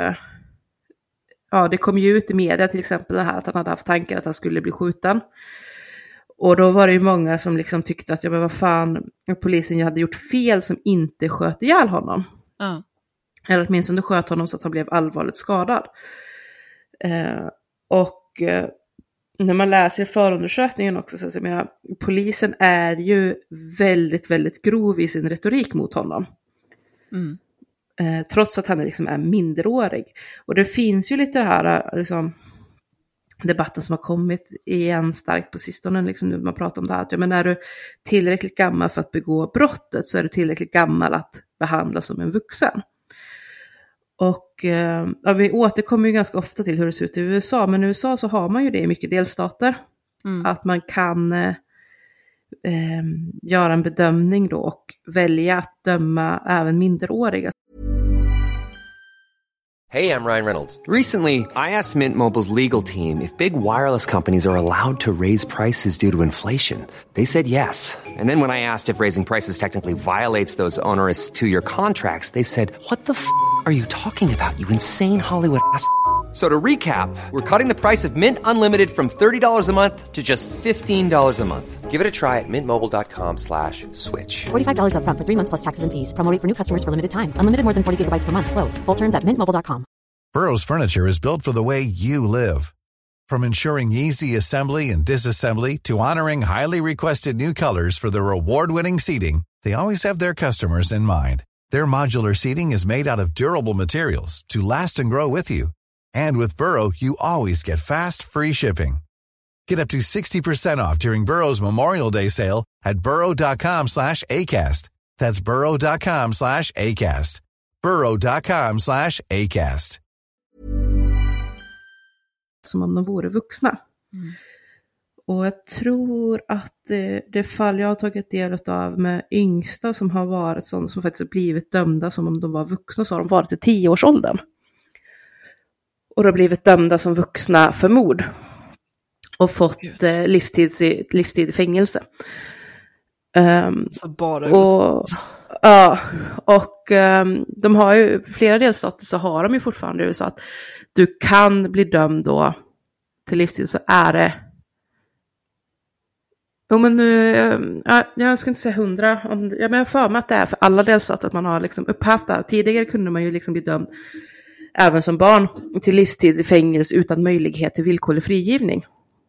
det kom ju ut i media till exempel det här att han hade haft tankar att han skulle bli skjuten. Och då var det ju många som liksom tyckte att vad fan, polisen hade gjort fel som inte sköt ihjäl honom. Eller åtminstone sköt honom så att han blev allvarligt skadad. När man läser förundersökningen också så säger polisen är ju väldigt, väldigt grov i sin retorik mot honom. Mm. Trots att han liksom är minderårig. Och det finns ju lite det här liksom, debatten som har kommit igen starkt på sistone. Liksom, när man pratar om det här. Att, men är du tillräckligt gammal för att begå brottet så är du tillräckligt gammal att behandlas som en vuxen. Och vi återkommer ju ganska ofta till hur det ser ut i USA. Men i USA så har man ju det i mycket delstater. Att man kan göra en bedömning då och välja att döma även minderåriga. Hey, I'm Ryan Reynolds. Recently, I asked Mint Mobile's legal team if big wireless companies are allowed to raise prices due to inflation. They said yes. And then when I asked if raising prices technically violates those onerous 2-year contracts, they said, what the f*** are you talking about, you insane Hollywood ass? So to recap, we're cutting the price of Mint Unlimited from $30 a month to just $15 a month. Give it a try at mintmobile.com/switch. $45 up front for 3 months plus taxes and fees. Promo rate for new customers for limited time. Unlimited more than 40 gigabytes per month. Slows full terms at mintmobile.com. Burrow's furniture is built for the way you live. From ensuring easy assembly and disassembly to honoring highly requested new colors for their award-winning seating, they always have their customers in mind. Their modular seating is made out of durable materials to last and grow with you. And with Burrow, you always get fast, free shipping. Get up to 60% off during Burrow's Memorial Day sale at burrow.com/ACAST. That's burrow.com/ACAST. burrow.com/ACAST. Som om de vore vuxna. Och jag tror att det fall jag har tagit del av med yngsta som har varit sådana som faktiskt blivit dömda som om de var vuxna, så har de varit i 10-årsåldern. Och då blivit dömda som vuxna för mord. Och fått livstid i fängelse. Så bara de har ju flera delstater, så har de ju fortfarande i USA att du kan bli dömd då till livstid, så är det jag ska inte säga 100 men jag för mig att det är för alla delstater att man har liksom upphävt det. Tidigare kunde man ju liksom bli dömd även som barn till livstid i fängelse utan möjlighet till villkorlig frigivning.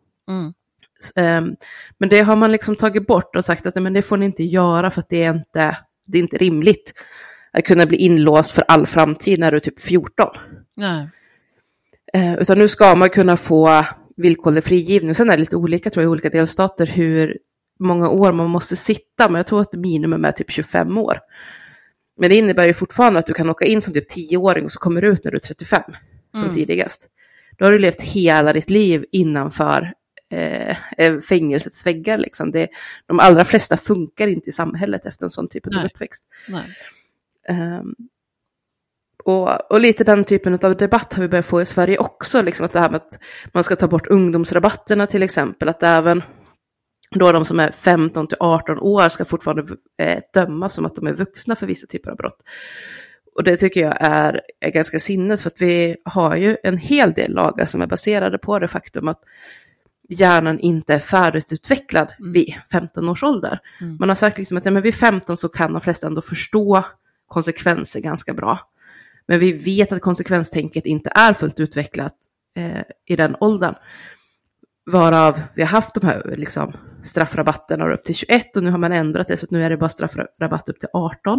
Men det har man liksom tagit bort och sagt att men det får ni inte göra för att det är inte rimligt att kunna bli inlåst för all framtid när du är typ 14. Nej. Utan nu ska man kunna få villkorlig frigivning. Sen är det lite olika tror jag i olika delstater hur många år man måste sitta, men jag tror att minimum är typ 25 år. Men det innebär ju fortfarande att du kan åka in som typ 10-åring och så kommer du ut när du är 35 som tidigast. Då har du levt hela ditt liv innanför fängelsets väggar. Liksom. De allra flesta funkar inte i samhället efter en sån typ av uppväxt. Och lite den typen av debatt har vi börjat få i Sverige också. Liksom, att det här med att man ska ta bort ungdomsrabatterna till exempel. Att även då de som är 15 till 18 år ska fortfarande dömas som att de är vuxna för vissa typer av brott. Och det tycker jag är ganska sinnes, för att vi har ju en hel del lagar som är baserade på det faktum att hjärnan inte är färdigutvecklad vid 15 års ålder. Man har sagt liksom att men vid 15 så kan de flesta ändå förstå konsekvenser ganska bra. Men vi vet att konsekvenstänket inte är fullt utvecklat i den åldern. Varav vi har haft de här liksom, straffrabatterna upp till 21 och nu har man ändrat det så att nu är det bara straffrabatt upp till 18.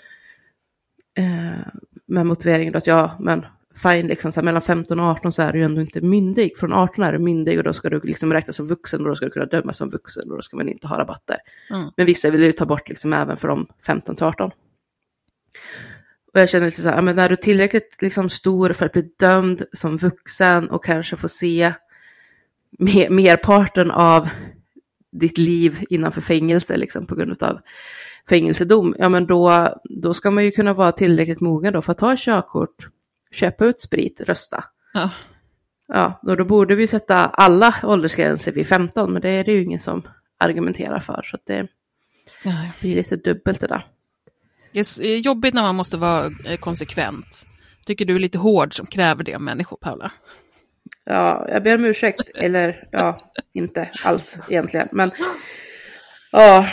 Med motiveringen då att men fine, liksom, så här, mellan 15 och 18 så är du ju ändå inte myndig. Från 18 är du myndig och då ska du liksom räknas som vuxen och då ska du kunna dömas som vuxen och då ska man inte ha rabatter. Men vissa vill ju ta bort liksom även för de 15 till 18. Och jag känner lite så här, men när du är tillräckligt liksom stor för att bli dömd som vuxen och kanske få se merparten av ditt liv innanför fängelse liksom, på grund av fängelsedom, ja men då ska man ju kunna vara tillräckligt mogen då för att ta körkort, köpa ut sprit, rösta. Ja, då borde vi sätta alla åldersgränser vid 15, men det är det ju ingen som argumenterar för, så att det blir lite dubbelt det där. Det är jobbigt när man måste vara konsekvent. Tycker du är lite hård som kräver det av människor, Paula? Ja, jag ber om ursäkt. Eller, ja, inte alls egentligen. Men, ja.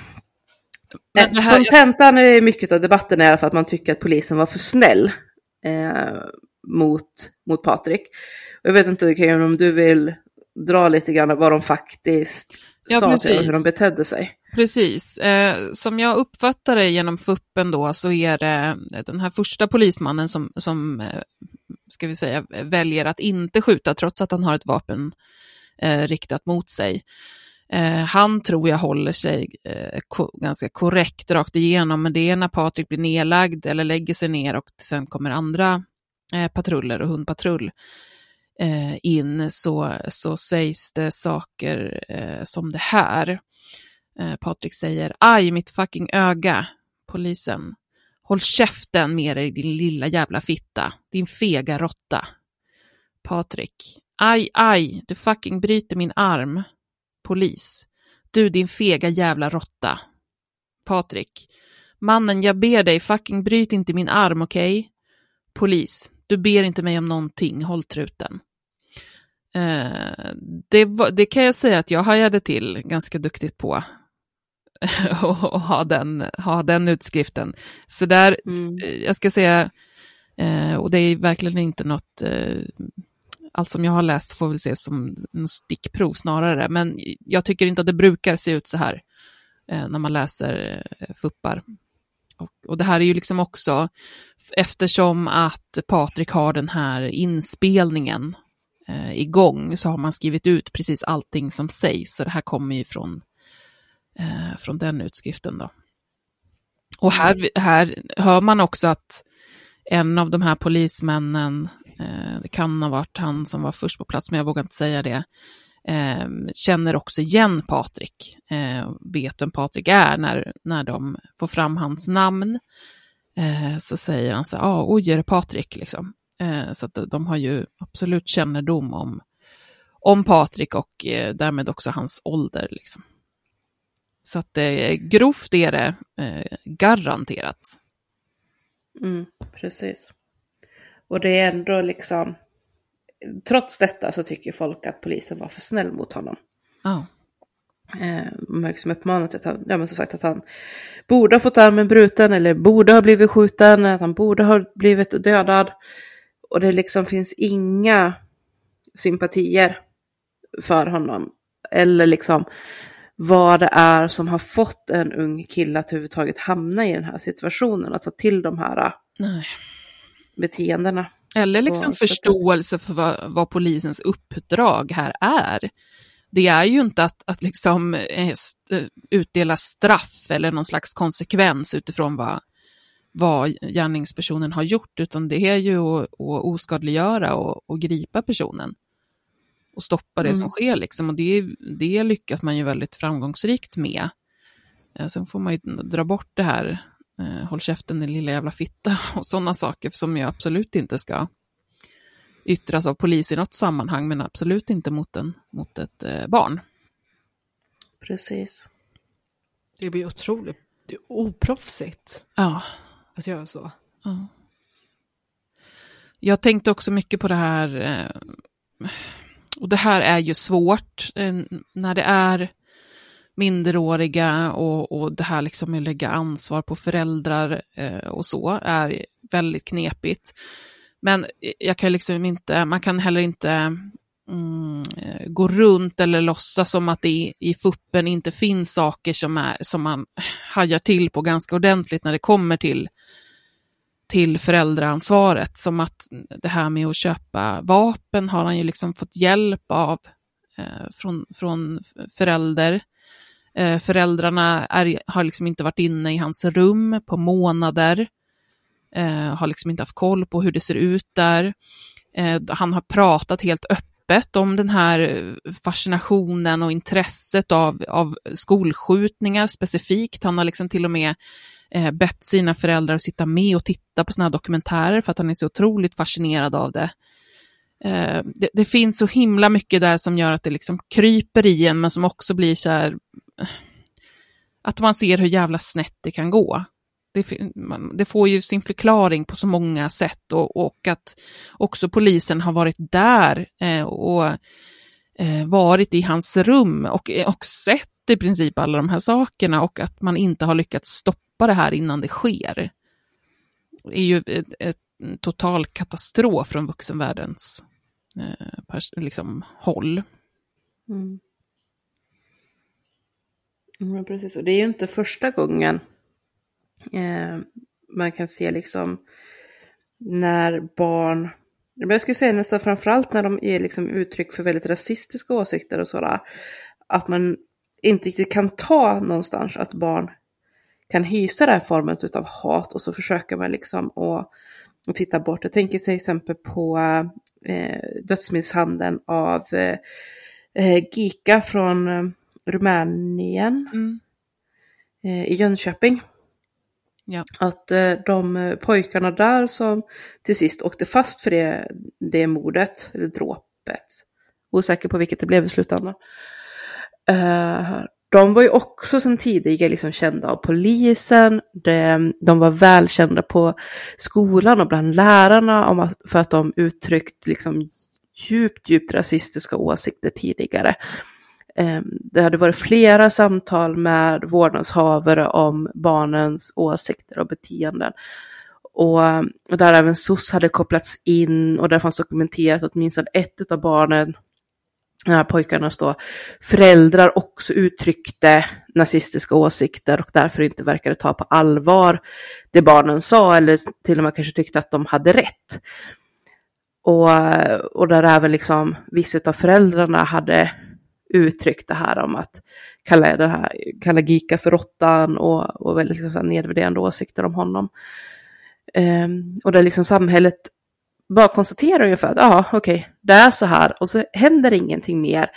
Kontentan är mycket av debatten är för att man tycker att polisen var för snäll mot Patrik. Och jag vet inte, Karin, om du vill dra lite grann vad de faktiskt sa till och hur de betedde sig. Precis. Som jag uppfattar det genom FUPen då så är det den här första polismannen som ska vi säga, väljer att inte skjuta trots att han har ett vapen riktat mot sig. Han tror jag håller sig ganska korrekt rakt igenom, men det är när Patrik blir nedlagd eller lägger sig ner och sen kommer andra patruller och hundpatrull in så sägs det saker som det här. Patrik säger, aj mitt fucking öga, polisen. Håll käften med dig din lilla jävla fitta, din fega råtta. Patrik, aj, du fucking bryter min arm. Polis, du din fega jävla råtta. Patrik, mannen jag ber dig, fucking bryt inte min arm, okej? Polis, du ber inte mig om någonting, håll truten. Det kan jag säga att jag hajade till ganska duktigt på. Och ha den utskriften. Så där, jag ska säga, och det är verkligen inte något, allt som jag har läst får väl ses som något stickprov snarare, men jag tycker inte att det brukar se ut så här när man läser fuppar. Och det här är ju liksom också, eftersom att Patrik har den här inspelningen igång, så har man skrivit ut precis allting som sägs, så det här kommer ju från den utskriften då. Och här hör man också att en av de här polismännen, det kan ha varit han som var först på plats, men jag vågar inte säga det, känner också igen Patrik, vet vem Patrik är när de får fram hans namn, så säger han så här, oj är det Patrik liksom. Så att de har ju absolut kännedom om Patrik och därmed också hans ålder liksom. Så att grovt är det garanterat. Precis. Och det är ändå liksom, trots detta så tycker folk att polisen var för snäll mot honom. Man har liksom uppmanat att han, men som sagt, att han borde ha fått armen bruten eller borde ha blivit skjuten, att han borde ha blivit dödad. Och det liksom finns inga sympatier för honom. Eller liksom vad det är som har fått en ung kille att överhuvudtaget hamna i den här situationen. Att ta till de här beteendena. Eller liksom förståelse för vad polisens uppdrag här är. Det är ju inte att liksom utdela straff eller någon slags konsekvens utifrån vad gärningspersonen har gjort, utan det är ju att oskadliggöra och gripa personen och stoppa det som sker liksom. Och det lyckas man ju väldigt framgångsrikt med. Sen får man ju dra bort det här håll käften din lilla jävla fitta och sådana saker som ju absolut inte ska yttras av polis i något sammanhang, men absolut inte mot ett barn. Precis. Det blir otroligt, det är oproffsigt att göra så. Ja. Jag tänkte också mycket på det här Och det här är ju svårt när det är minderåriga och det här liksom att lägga ansvar på föräldrar och så är väldigt knepigt. Men jag kan liksom inte, man kan heller inte gå runt eller låtsas som att det i FUPen inte finns saker som man hajar till på ganska ordentligt när det kommer till föräldraansvaret. Som att det här med att köpa vapen har han ju liksom fått hjälp av från förälder. Föräldrarna har liksom inte varit inne i hans rum på månader. Har liksom inte haft koll på hur det ser ut där. Han har pratat helt öppet om den här fascinationen och intresset av skolskjutningar specifikt. Han har liksom till och med bett sina föräldrar att sitta med och titta på såna här dokumentärer för att han är så otroligt fascinerad av det. Det finns så himla mycket där som gör att det liksom kryper i en, men som också blir så här att man ser hur jävla snett det kan gå. Det får ju sin förklaring på så många sätt och att också polisen har varit där och varit i hans rum och sett i princip alla de här sakerna, och att man inte har lyckats stoppa det här innan det sker. Det är ju ett total katastrof från vuxenvärldens liksom håll. Mm. Ja, precis. Och det är ju inte första gången man kan se liksom när barn, jag skulle säga nästan framförallt när de ger liksom uttryck för väldigt rasistiska åsikter och sådär, att man inte riktigt kan ta någonstans att barn kan hysa den här formen av hat, och så försöker man liksom att titta bort. Jag tänker till exempel på dödsmisshandeln av Gica från Rumänien i Jönköping. Ja. Att de pojkarna där som till sist åkte fast för det mordet, eller dråpet, osäker på vilket det blev i slutändan. De var ju också sedan tidigare liksom kända av polisen. De var välkända på skolan och bland lärarna för att de uttryckt liksom djupt rasistiska åsikter tidigare. Det hade varit flera samtal med vårdnadshavare om barnens åsikter och beteenden. Och där även SOS hade kopplats in, och där fanns dokumenterat att åtminstone ett av barnen, de här pojkarnas då, föräldrar också uttryckte nazistiska åsikter och därför inte verkade ta på allvar det barnen sa, eller till och med kanske tyckte att de hade rätt. Och där även liksom vissa av föräldrarna hade uttryckt det här om att kalla Gica för råttan och väldigt liksom nedvärderande åsikter om honom. Och där liksom samhället bara konstaterar ungefär att okej, det är så här, och så händer ingenting mer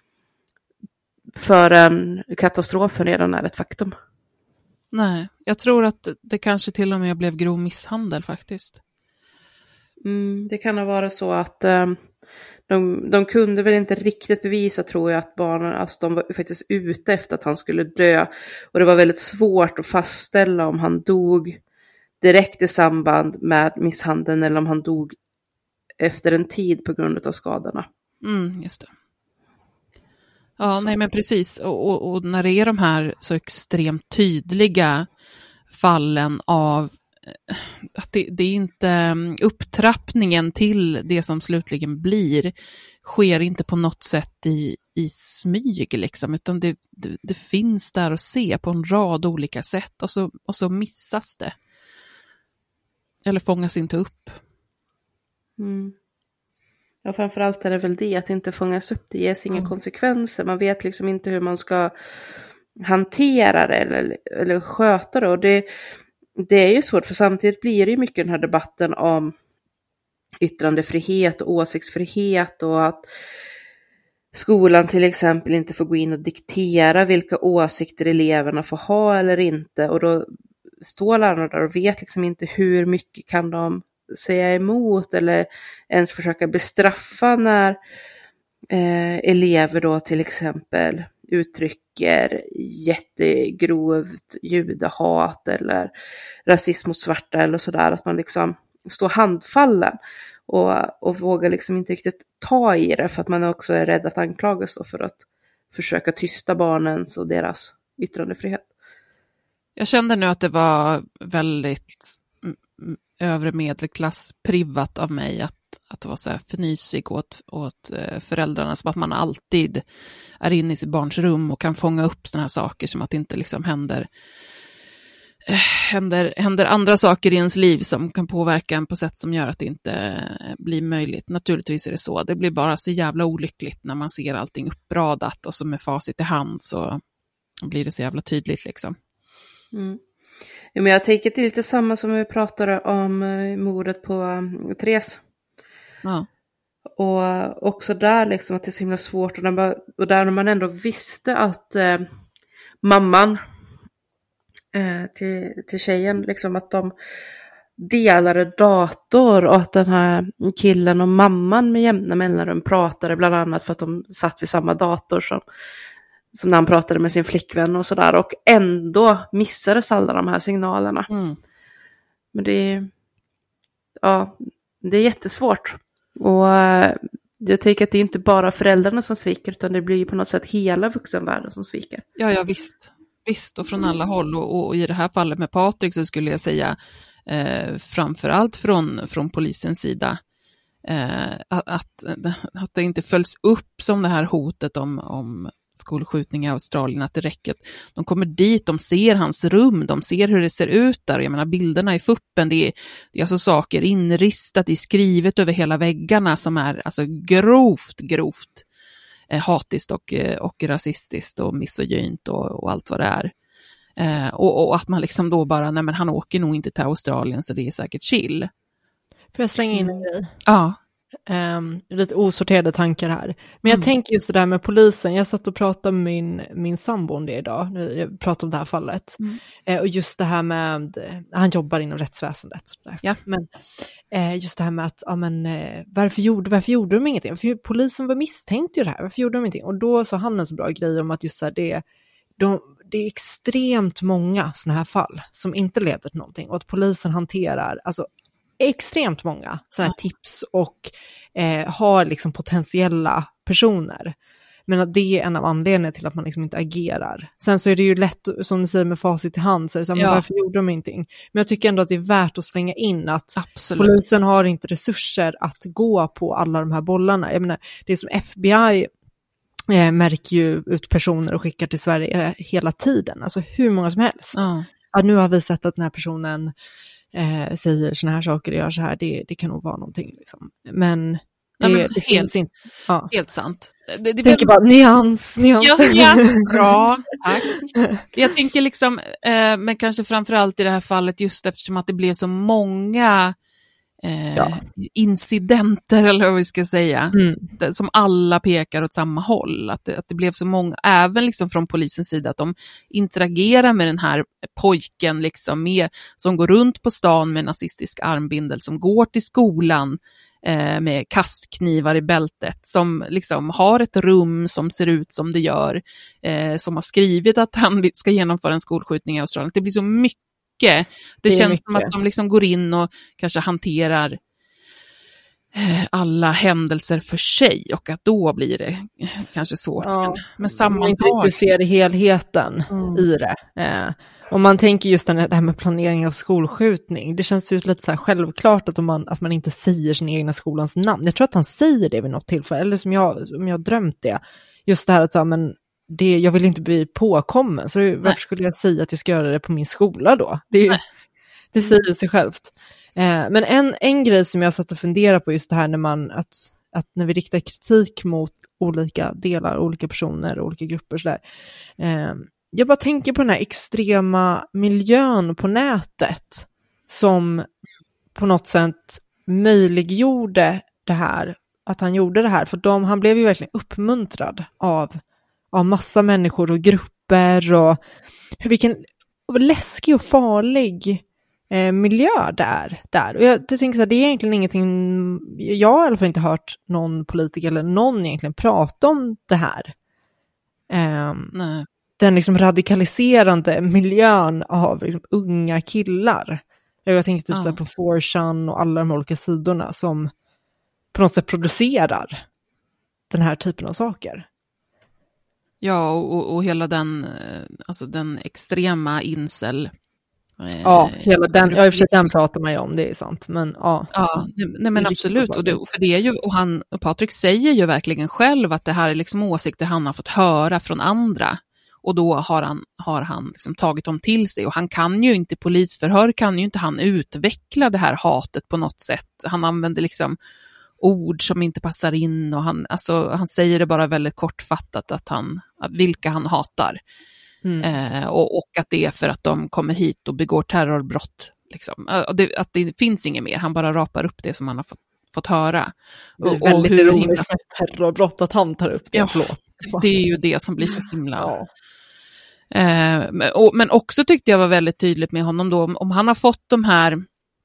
förrän katastrofen redan är ett faktum. Nej, jag tror att det kanske till och med blev grov misshandel faktiskt. Det kan ha varit så att de kunde väl inte riktigt bevisa, tror jag, att barnen, alltså de var faktiskt ute efter att han skulle dö, och det var väldigt svårt att fastställa om han dog direkt i samband med misshandeln eller om han dog efter en tid på grund av skadorna. Just det. Ja, nej men precis. Och när det är de här så extremt tydliga fallen av att det är inte upptrappningen till det som slutligen sker inte på något sätt i smyg liksom, utan det finns där att se på en rad olika sätt, och så missas det. Eller fångas inte upp. Ja, framförallt är det väl det, att inte fångas upp. Det ges inga konsekvenser. Man vet liksom inte hur man ska hantera det eller sköta det. Och det är ju svårt, för samtidigt blir det ju mycket den här debatten om yttrandefrihet och åsiktsfrihet, och att skolan till exempel inte får gå in och diktera vilka åsikter eleverna får ha eller inte. Och då står lärarna där och vet liksom inte hur mycket kan de säga emot eller ens försöka bestraffa när elever då till exempel uttrycker jättegrovt judehat eller rasism mot svarta eller sådär, att man liksom står handfallen. Och vågar liksom inte riktigt ta i det för att man också är rädd att anklagas då för att försöka tysta barnens och deras yttrandefrihet. Jag kände nu att det var väldigt övre medelklass privat av mig att vara så här förnysig åt föräldrarna, som att man alltid är inne i sitt barns rum och kan fånga upp såna här saker, som att det inte liksom händer andra saker i ens liv som kan påverka en på sätt som gör att det inte blir möjligt. Naturligtvis är det så. Det blir bara så jävla olyckligt när man ser allting uppradat, och så med facit i hand så blir det så jävla tydligt liksom. Mm. Ja, men jag tänker att det är lite samma som vi pratade om mordet på Therese. Ja. Och också där liksom att det är så himla svårt, och där när man ändå visste att mamman till tjejen liksom, att de delade dator, och att den här killen och mamman med jämna mellanrum pratade, bland annat för att de satt vid samma dator som när han pratade med sin flickvän och sådär, och ändå missades alla de här signalerna. Men det är jättesvårt. Och jag tänker att det är inte bara föräldrarna som sviker, utan det blir ju på något sätt hela vuxenvärlden som sviker. Ja, visst, och från alla håll. Och i det här fallet med Patrik så skulle jag säga framförallt från polisens sida att det inte följs upp som det här hotet om skolskjutning i Australien, att det räcker. De kommer dit, de ser hans rum, de ser hur det ser ut där. Jag menar, bilderna i fuppen, det är alltså saker inristat, i skrivet över hela väggarna som är alltså grovt hatiskt och rasistiskt och misogynt och allt vad det är. Och att man liksom då bara, nej men han åker nog inte till Australien så det är säkert chill. Får jag slänga in en grej? Ja. Lite osorterade tankar här. Men jag tänker just det där med polisen. Jag satt och pratade med min sambo om det idag. Jag pratade om det här fallet. Och just det här med, han jobbar inom rättsväsendet. Ja. Men just det här med att, varför gjorde de ingenting? För polisen var misstänkt ju det här. Varför gjorde de ingenting? Och då sa han en så bra grej om att just så här, det är extremt många såna här fall som inte leder till någonting. Och att polisen hanterar, alltså extremt många sådana här tips och har liksom potentiella personer. Men att det är en av anledningarna till att man liksom inte agerar. Sen så är det ju lätt, som du säger, med facit i hand, så är det så här, men varför gjorde de ingenting? Men jag tycker ändå att det är värt att slänga in att polisen har inte resurser att gå på alla de här bollarna. Jag menar, det är som FBI märker ju ut personer och skickar till Sverige hela tiden. Alltså hur många som helst. Att nu har vi sett att den här personen säger såna här saker och gör så här, det kan nog vara någonting liksom. Men det finns inte. Ja. Helt sant. Det tänker bara nyans. Ja, bra, tack. Jag tänker liksom, men kanske framförallt i det här fallet, just eftersom att det blev så många incidenter, eller vad vi ska säga, som alla pekar åt samma håll, att det blev så många, även liksom från polisens sida, att de interagerar med den här pojken liksom som går runt på stan med nazistisk armbindel, som går till skolan med kastknivar i bältet, som liksom har ett rum som ser ut som det gör, som har skrivit att han ska genomföra en skolskjutning i Australien. Det blir så mycket. Det känns mycket som att de liksom går in och kanske hanterar alla händelser för sig, och att då blir det kanske svårt. Men sammantaget. Man inte ser helheten i det. Om man tänker just det här med planering av skolskjutning, det känns ju lite så här självklart att man inte säger sin egna skolans namn. Jag tror att han säger det vid något tillfälle, eller som jag drömt det. Just det här att jag vill inte bli påkommen, så varför skulle jag säga att jag ska göra det på min skola då? Det säger sig självt. Men en grej som jag satt och funderade på just det här när vi riktar kritik mot olika delar, olika personer, olika grupper sådär. Jag bara tänker på den här extrema miljön på nätet som på något sätt möjliggjorde det här, att han gjorde det här. För han blev ju verkligen uppmuntrad av massa människor och grupper, och vilken läskig och farlig miljö det är där. Och jag tänker så här, det är egentligen ingenting, jag har i alla fall inte hört någon politiker eller någon egentligen prata om det här. Nej. Den liksom radikaliserande miljön av liksom unga killar. Jag tänker typ så här på 4chan och alla de olika sidorna som på något sätt producerar den här typen av saker. Ja, och hela den, alltså den extrema incel. Ja, hela den, jag har försökt den pratar man ju om, det är sant. Men ja. Ja, nej men absolut. För det är ju, och Patrik säger ju verkligen själv att det här är liksom åsikter han har fått höra från andra. Och då har han liksom tagit dem till sig. Och han kan ju inte, polisförhör kan ju inte han utveckla det här hatet på något sätt. Han använder liksom ord som inte passar in. Och han säger det bara väldigt kortfattat att vilka han hatar. Och att det är för att de kommer hit och begår terrorbrott. Liksom. Att det finns inget mer. Han bara rapar upp det som han har fått höra. Det är väldigt ironiskt med terrorbrott att han tar upp det. Ja, det är ju det som blir så himla... Ja. Men också tyckte jag var väldigt tydligt med honom då, om han har fått de här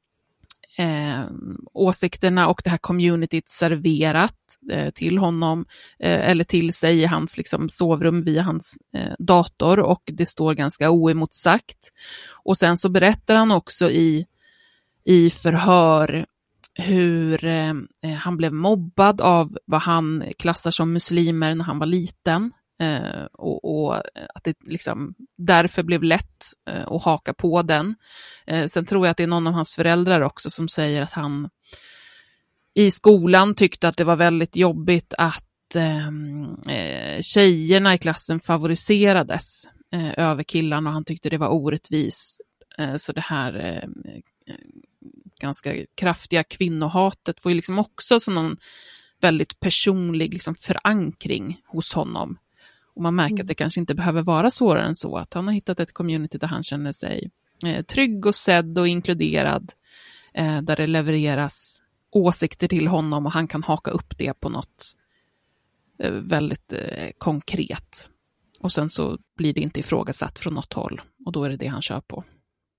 åsikterna och det här communityt serverat till honom eller till sig i hans liksom sovrum via hans dator, och det står ganska oemotsagt. Och sen så berättar han också i förhör hur han blev mobbad av vad han klassar som muslimer när han var liten. Och att det liksom därför blev lätt att haka på den. Sen tror jag att det är någon av hans föräldrar också som säger att han i skolan tyckte att det var väldigt jobbigt att tjejerna i klassen favoriserades över killarna, och han tyckte det var orättvist. Så det här ganska kraftiga kvinnohatet var ju liksom också som någon väldigt personlig liksom förankring hos honom. Och man märker att det kanske inte behöver vara svårare än så. Att han har hittat ett community där han känner sig trygg och sedd och inkluderad. Där det levereras åsikter till honom och han kan haka upp det på något väldigt konkret. Och sen så blir det inte ifrågasatt från något håll. Och då är det han kör på.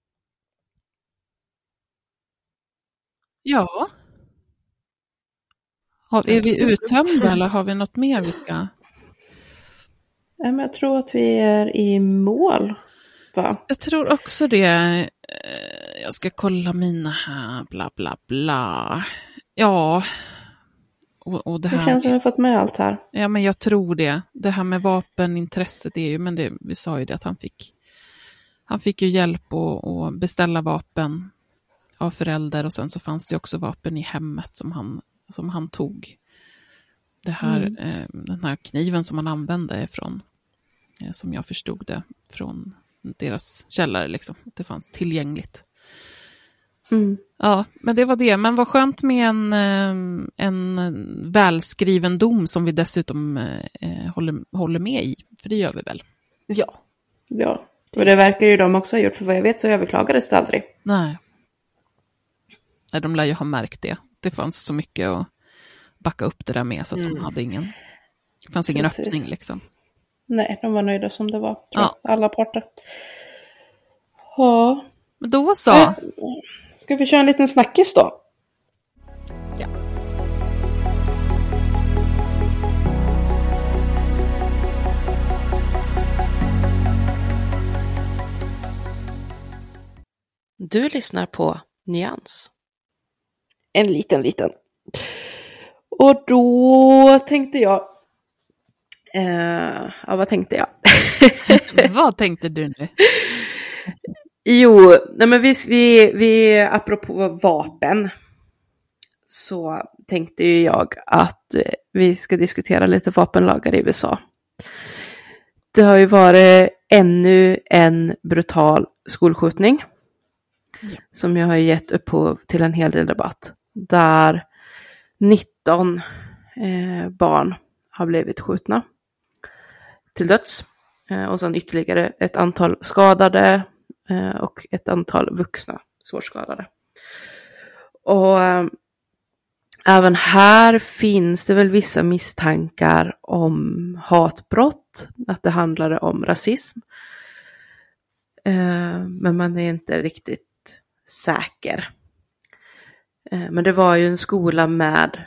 Ja. Är vi uttömda eller har vi något mer vi ska... Men jag tror att vi är i mål, va? Jag tror också det. Jag ska kolla mina här, bla bla bla. Ja. Och det här... Det känns som att vi har fått med allt här. Ja, men jag tror det. Det här med vapenintresset är ju, men det, vi sa ju det att han fick ju hjälp att beställa vapen av föräldrar, och sen så fanns det också vapen i hemmet som han tog. Det här, den här kniven som han använde är från, som jag förstod det, från deras källare liksom. Det fanns tillgängligt. Ja, men det var det. Men vad skönt med en välskriven dom som vi dessutom håller med i. För det gör vi väl? Ja. Och det verkar ju de också ha gjort. För vad jag vet så överklagades det aldrig. Nej, de lär ju ha märkt det. Det fanns så mycket att backa upp det där med, så att de hade det fanns ingen öppning liksom. Nej, de var nöjda som det var. Alla parter. Ja. Men då så. Ska vi köra en liten snackis då? Ja. Du lyssnar på Nyans. En liten. Och då tänkte jag... vad tänkte jag? Vad tänkte du nu? Jo, nej men vi apropå vapen, så tänkte ju jag att vi ska diskutera lite vapenlagar i USA. Det har ju varit ännu en brutal skolskjutning som jag har gett upphov till en hel del debatt, där 19 barn har blivit skjutna till döds, och sen ytterligare ett antal skadade och ett antal vuxna svårskadade. Och även här finns det väl vissa misstankar om hatbrott, att det handlade om rasism. Men man är inte riktigt säker. Men det var ju en skola med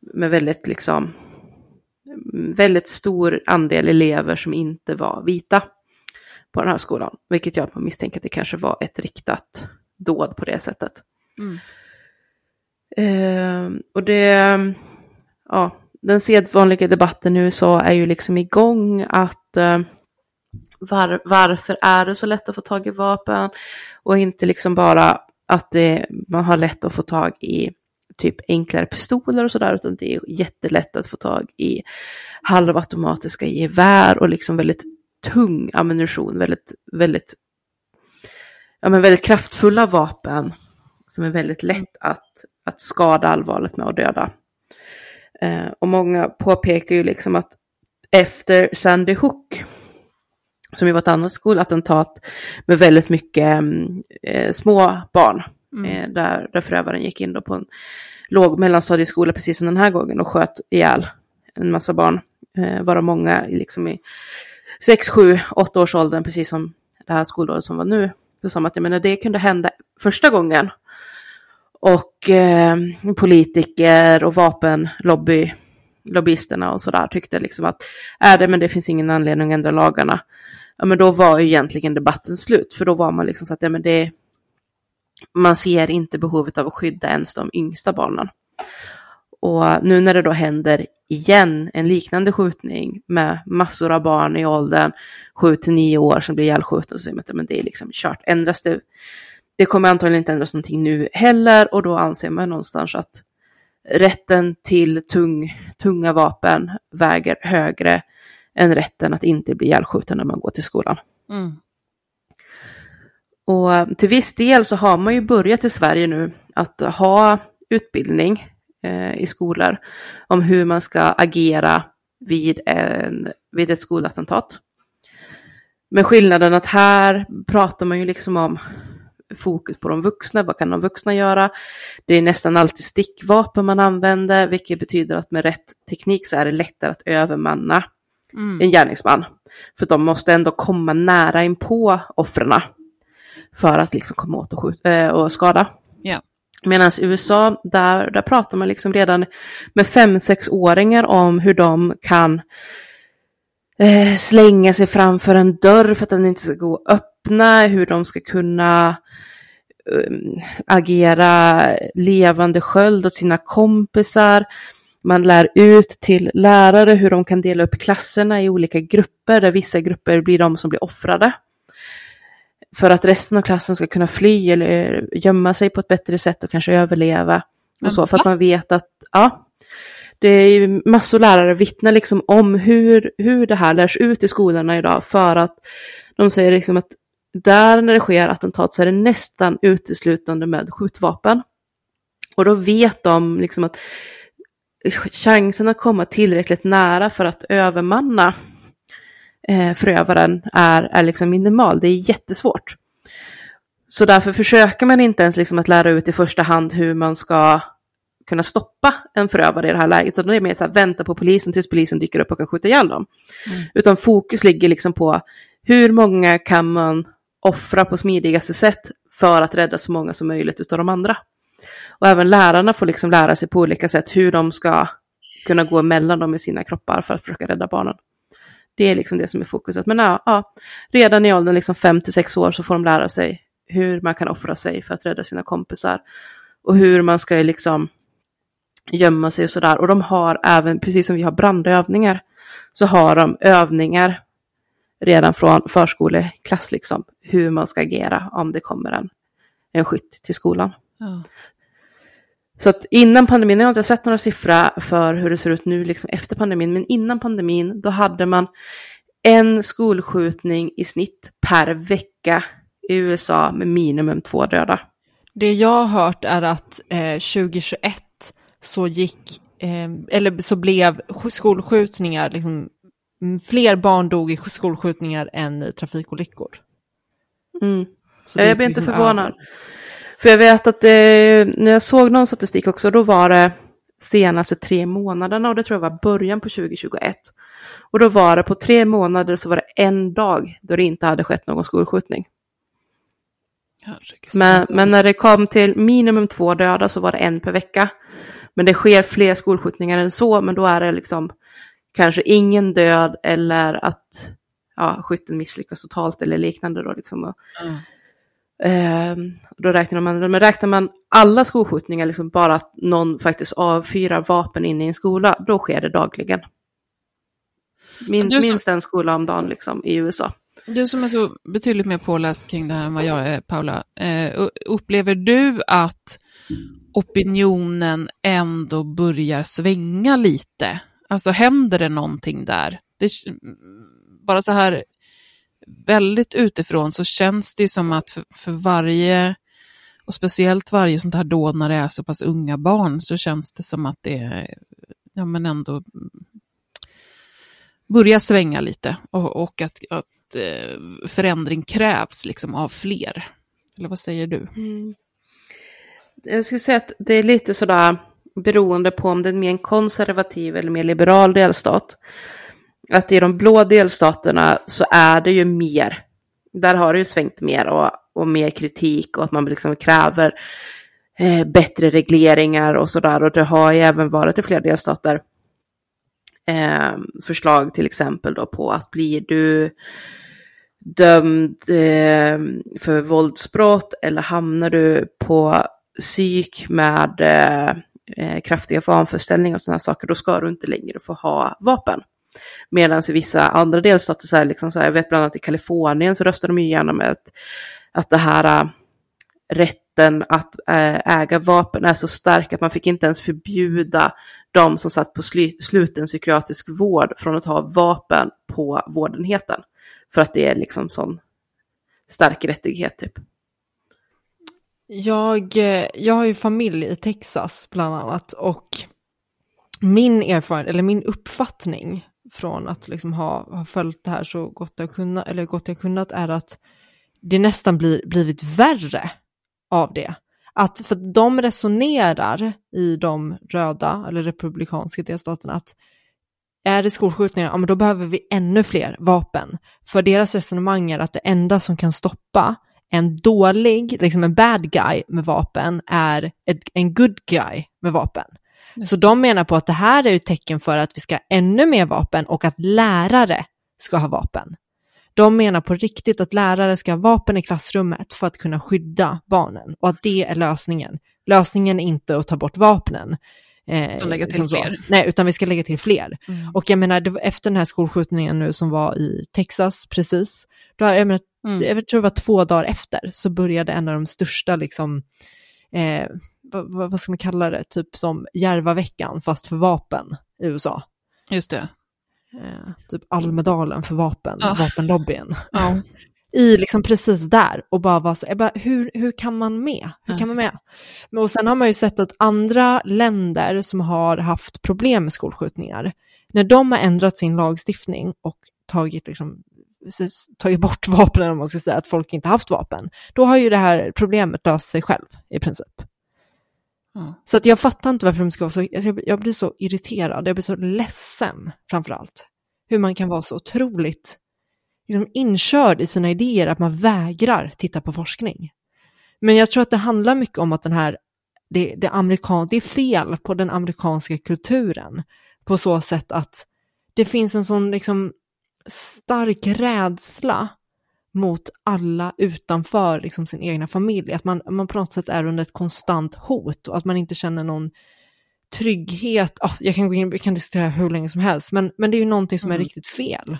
väldigt stor andel elever som inte var vita på den här skolan. Vilket jag misstänker att det kanske var ett riktat dåd på det sättet. Och den sedvanliga debatten i USA är ju liksom igång att varför är det så lätt att få tag i vapen, och inte liksom bara att man har lätt att få tag i typ enklare pistoler och sådär, utan det är jättelätt att få tag i halvautomatiska gevär och liksom väldigt tung ammunition, väldigt kraftfulla vapen som är väldigt lätt att skada allvarligt med och döda. Och många påpekar ju liksom att efter Sandy Hook, som ju var ett annat skolattentat med väldigt mycket små barn, där förövaren gick in då på en låg mellanstadieskola precis som den här gången och sköt ihjäl en massa barn, varav många liksom i 6, 7, 8 års åldern, precis som det här skolåret som var nu. Som att jag menar, det kunde hända första gången, och politiker och vapenlobbyisterna och sådär tyckte liksom att men det finns ingen anledning att ändra lagarna. Ja, men då var ju egentligen debatten slut, för då var man liksom så att man ser inte behovet av att skydda ens de yngsta barnen. Och nu när det då händer igen en liknande skjutning med massor av barn i åldern 7-9 år som blir ihjälskjutna, så säger man att men det är liksom kört. Ändras det kommer antagligen inte ändras någonting nu heller, och då anser man någonstans att rätten till tunga vapen väger högre än rätten att inte bli ihjälskjuten när man går till skolan. Mm. Och till viss del så har man ju börjat i Sverige nu att ha utbildning i skolor om hur man ska agera vid ett skolattentat. Men skillnaden att här pratar man ju liksom om fokus på de vuxna. Vad kan de vuxna göra? Det är nästan alltid stickvapen man använder, vilket betyder att med rätt teknik så är det lättare att övermanna en gärningsman. För de måste ändå komma nära in på offrena för att liksom komma åt och skada. Yeah. Medan i USA, där pratar man liksom redan med 5-6-åringar om hur de kan slänga sig framför en dörr för att den inte ska gå att öppna, hur de ska kunna agera levande sköld åt sina kompisar. Man lär ut till lärare hur de kan dela upp klasserna i olika grupper, där vissa grupper blir de som blir offrade, för att resten av klassen ska kunna fly eller gömma sig på ett bättre sätt och kanske överleva. Och så, för att man vet att det är massor lärare vittnar liksom om hur det här lärs ut i skolorna idag, för att de säger liksom att där när det sker attentat så är det nästan uteslutande med skjutvapen. Och då vet de liksom att chansen att komma tillräckligt nära för att övermanna förövaren är liksom minimal. Det är jättesvårt. Så därför försöker man inte ens liksom att lära ut i första hand hur man ska kunna stoppa en förövare i det här läget. Och det är mer så här, vänta på polisen tills polisen dyker upp och kan skjuta ihjäl dem. Utan fokus ligger liksom på hur många kan man offra på smidigaste sätt för att rädda så många som möjligt utav de andra. Och även lärarna får liksom lära sig på olika sätt hur de ska kunna gå emellan dem i sina kroppar för att försöka rädda barnen. Det är liksom det som är fokuset. Men redan i åldern liksom 5-6 år så får de lära sig hur man kan offra sig för att rädda sina kompisar. Och hur man ska liksom gömma sig och sådär. Och de har även, precis som vi har brandövningar, så har de övningar redan från förskoleklass liksom, hur man ska agera om det kommer en skytt till skolan. Ja. Så att innan pandemin, jag har inte sett några siffror för hur det ser ut nu liksom efter pandemin, men innan pandemin då hade man en skolskjutning i snitt per vecka i USA med minimum 2 döda. Det jag har hört är att 2021 så blev skolskjutningar liksom, fler barn dog i skolskjutningar än i trafikolyckor. Jag blir inte förvånad. För jag vet att när jag såg någon statistik också, då var det senaste 3 månaderna, och det tror jag var början på 2021. Och då var det på 3 månader så var det en dag då det inte hade skett någon skolskjutning. Men när det kom till minimum 2 döda så var det 1 per vecka. Men det sker fler skolskjutningar än så, men då är det liksom kanske ingen död eller att skytten misslyckas totalt eller liknande då liksom. Då räknar man alla skolskjutningar, liksom bara att någon faktiskt avfyrar vapen inne i en skola, då sker det dagligen. Minst en skola om dagen liksom, i USA. Du som är så betydligt mer påläst kring det här än vad jag är, Paula, upplever du att opinionen ändå börjar svänga lite? Alltså händer det någonting där? Bara så här väldigt utifrån så känns det som att för varje, och speciellt varje sånt här dåd när det är så pass unga barn, så känns det som att det ändå börjar svänga lite och att förändring krävs liksom av fler. Eller vad säger du? Jag skulle säga att det är lite sådär beroende på om det är mer en konservativ eller mer liberal delstat. Att i de blå delstaterna så är det ju mer. Där har det ju svängt mer och mer kritik, och att man liksom kräver bättre regleringar och sådär. Och det har ju även varit i flera delstater förslag till exempel då på att blir du dömd för våldsbrott eller hamnar du på psyk med kraftiga vanföreställningar och sådana saker, då ska du inte längre få ha vapen. Medan i vissa andra delstater så här, liksom så här, jag vet bland annat i Kalifornien så röstar de ju gärna med att det här rätten att äga vapen är så stark att man fick inte ens förbjuda de som satt på sluten psykiatrisk vård från att ha vapen på vårdenheten. För att det är liksom sån stark rättighet typ. Jag har ju familj i Texas bland annat, och min erfarenhet eller min uppfattning från att liksom ha följt det här så gott jag kunnat är att det nästan blivit värre av det. Att för de resonerar i de röda eller republikanska delstaterna att är det skolskjutningar, ja men då behöver vi ännu fler vapen. För deras resonemang är att det enda som kan stoppa en dålig, liksom en bad guy med vapen är en good guy med vapen. Så de menar på att det här är ett tecken för att vi ska ha ännu mer vapen och att lärare ska ha vapen. De menar på riktigt att lärare ska ha vapen i klassrummet för att kunna skydda barnen. Och att det är lösningen. Lösningen är inte att ta bort vapnen. Lägga till fler. Nej, utan vi ska lägga till fler. Och jag menar, efter den här skolskjutningen nu som var i Texas precis. Då, jag tror det var 2 dagar efter så började en av de största liksom... vad ska man kalla det? Typ som Järvaveckan fast för vapen i USA. Just det. Typ Almedalen för vapenlobbyn. I liksom precis där. Och bara var så, hur kan man med? Hur kan man med? Och sen har man ju sett att andra länder som har haft problem med skolskjutningar, när de har ändrat sin lagstiftning och tagit bort vapnen, om man ska säga att folk inte haft vapen, då har ju det här problemet löst sig själv i princip. Så att jag fattar inte varför de ska vara så, jag blir så irriterad, jag blir så ledsen framförallt. Hur man kan vara så otroligt liksom inkörd i sina idéer att man vägrar titta på forskning. Men jag tror att det handlar mycket om att det är fel på den amerikanska kulturen på så sätt att det finns en sån liksom stark rädsla mot alla utanför liksom sin egna familj. Att man på något sätt är under ett konstant hot och att man inte känner någon trygghet. Jag kan diskutera hur länge som helst, men det är ju någonting som är riktigt fel.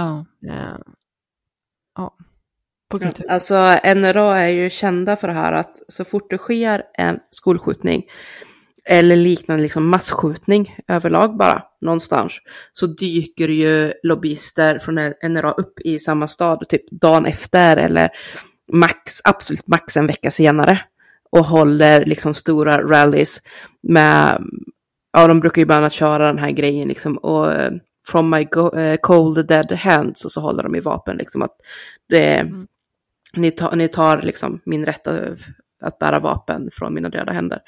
På kultur. Alltså NRA är ju kända för det här att så fort det sker en skolskjutning eller liknande liksom masskjutning överlag bara någonstans, så dyker ju lobbyister från NRA upp i samma stad typ dagen efter eller absolut max en vecka senare och håller liksom stora rallies med, de brukar ju bland annat köra den här grejen liksom, och from my cold dead hands, och så håller de i vapen liksom att ni tar liksom min rätt att bära vapen från mina döda händer.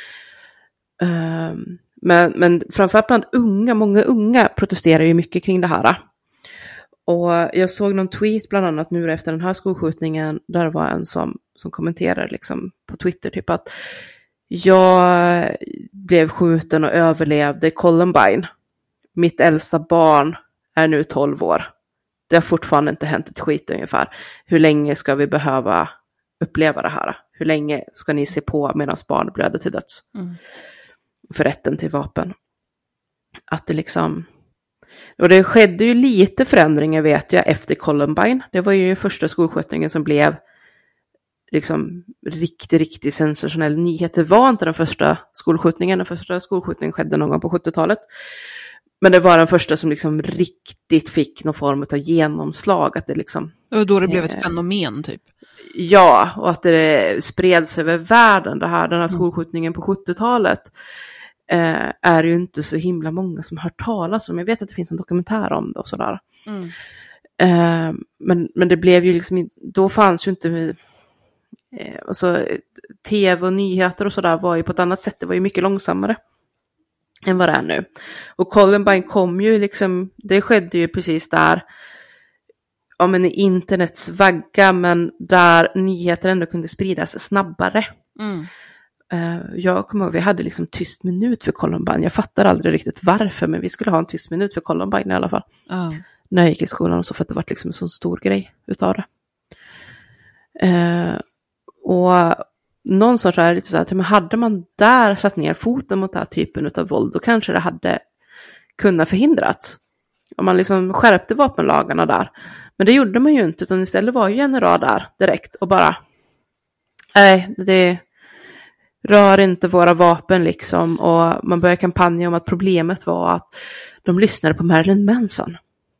Men framförallt bland många unga protesterar ju mycket kring det här. Och jag såg någon tweet bland annat nu efter den här skolskjutningen där det var en som kommenterade liksom på Twitter typ att jag blev skjuten och överlevde Columbine. Mitt äldsta barn är nu 12 år. Det har fortfarande inte hänt ett skit ungefär. Hur länge ska vi behöva uppleva det här? Hur länge ska ni se på medan barn blöder till döds? För rätten till vapen. Att det liksom... Och det skedde ju lite förändringar vet jag efter Columbine. Det var ju första skolskjutningen som blev liksom riktigt sensationell nyhet. Det var inte den första skolskjutningen. Den första skolskjutningen skedde någon gång på 70-talet. Men det var den första som liksom riktigt fick någon form av genomslag. Att det liksom... Det var då det blev ett fenomen typ. Ja, och att det spreds över världen. Den här skolskjutningen på 70-talet är ju inte så himla många som har talas om. Jag vet att det finns en dokumentär om det och sådär. Men det blev ju liksom... Då fanns ju inte... Alltså, tv och nyheter och sådär var ju på ett annat sätt. Det var ju mycket långsammare än vad det är nu. Och Columbine kom ju liksom, det skedde ju precis där, ja men i internets vagga, men där nyheter ändå kunde spridas snabbare. Jag kommer ihåg, vi hade liksom tyst minut för Columbine. Jag fattar aldrig riktigt varför, men vi skulle ha en tyst minut för Columbine i alla fall. När jag gick i skolan och så, för att det var liksom en sån stor grej utav det. Och någonstans är det lite så att hade man där satt ner foten mot den här typen av våld, då kanske det hade kunnat förhindrats. Om man liksom skärpte vapenlagarna där. Men det gjorde man ju inte, utan istället var ju NRA där direkt och bara nej, det rör inte våra vapen liksom. Och man började kampanja om att problemet var att de lyssnade på Marilyn Manson.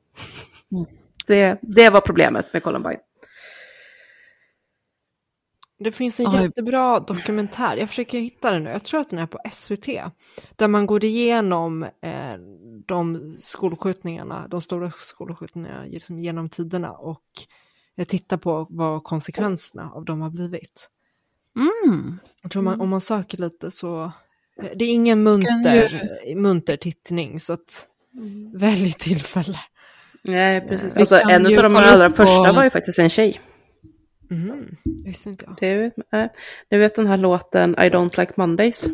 Det var problemet med Columbine. Det finns en jättebra dokumentär. Jag försöker hitta den nu. Jag tror att den är på SVT. Där man går igenom de skolskjutningarna. De stora skolskjutningarna genom tiderna. Och tittar på vad konsekvenserna av dem har blivit. Jag tror om man söker lite så... Det är ingen munter tittning. Så att välj tillfälle. Nej, precis. Alltså, en av de allra första var ju faktiskt en tjej. Visste inte jag. Ni vet den här låten I Don't Like Mondays?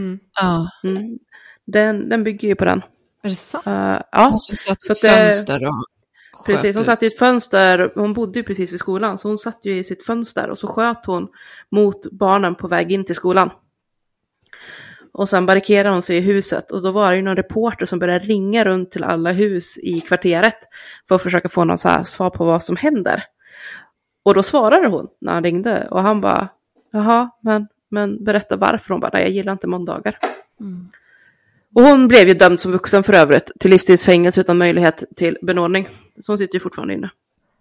Den bygger ju på den. Är det sant? Ja. Hon som satt i ett fönster och precis, hon satt i ett fönster. Hon bodde ju precis vid skolan, så hon satt ju i sitt fönster och så sköt hon mot barnen på väg in till skolan. Och sen barrikerade hon sig i huset, och då var det ju någon reporter som började ringa runt till alla hus i kvarteret för att försöka få någon så här svar på vad som händer. Och då svarade hon när han ringde, och han bara, jaha, men berätta varför. Hon bara, nej, jag gillar inte måndagar. Och hon blev ju dömd som vuxen för övrigt till livstidsfängelse utan möjlighet till benådning. Så hon sitter ju fortfarande inne.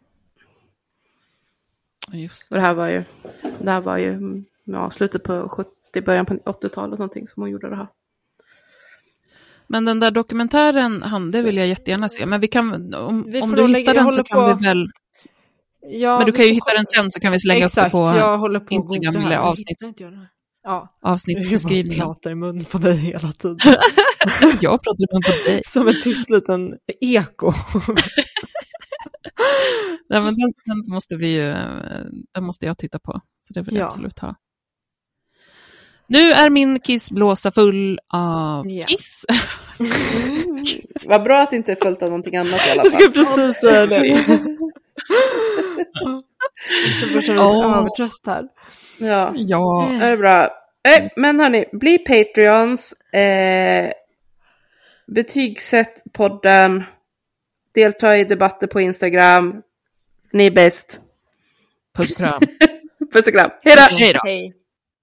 Just. Och det här var ju slutet på 70, början på 80-talet någonting som hon gjorde det här. Men den där dokumentären, det vill jag jättegärna se. Men vi kan, om du hittar den så kan vi väl... Ja, men du kan ju hitta den sen, så kan vi slänga upp det på Instagram eller avsnittsbeskrivningen. Jag pratar i mun på dig hela tiden. Jag pratar i mun på dig. Som en tyst liten eko. Nej, men den måste jag titta på. Så det vill jag absolut ha. Nu är min kissblåsa full av kiss. Vad bra att det inte är fullt av någonting annat i alla fall. Jag ska precis säga det. Så jag övertrött här. Ja. Är det bra. Men hörni, bli Patreons. Betygsätt podden. Delta i debatter på Instagram. Ni är bäst. Puss och kram. Puss och kram. Hej då. Hej då. Hej.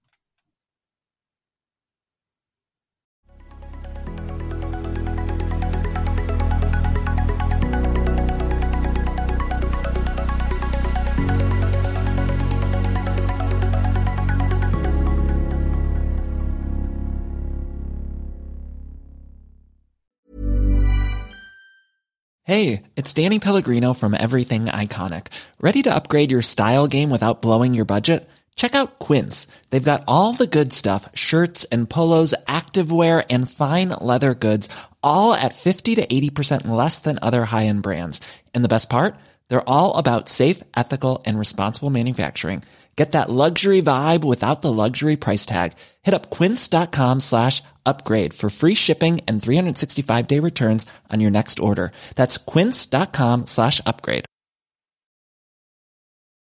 Hey, it's Danny Pellegrino from Everything Iconic. Ready to upgrade your style game without blowing your budget? Check out Quince. They've got all the good stuff, shirts and polos, activewear, and fine leather goods, all at 50 to 80% less than other high-end brands. And the best part? They're all about safe, ethical, and responsible manufacturing. Get that luxury vibe without the luxury price tag. Hit up quince.com/upgrade for free shipping and 365-day returns on your next order. That's quince.com/upgrade.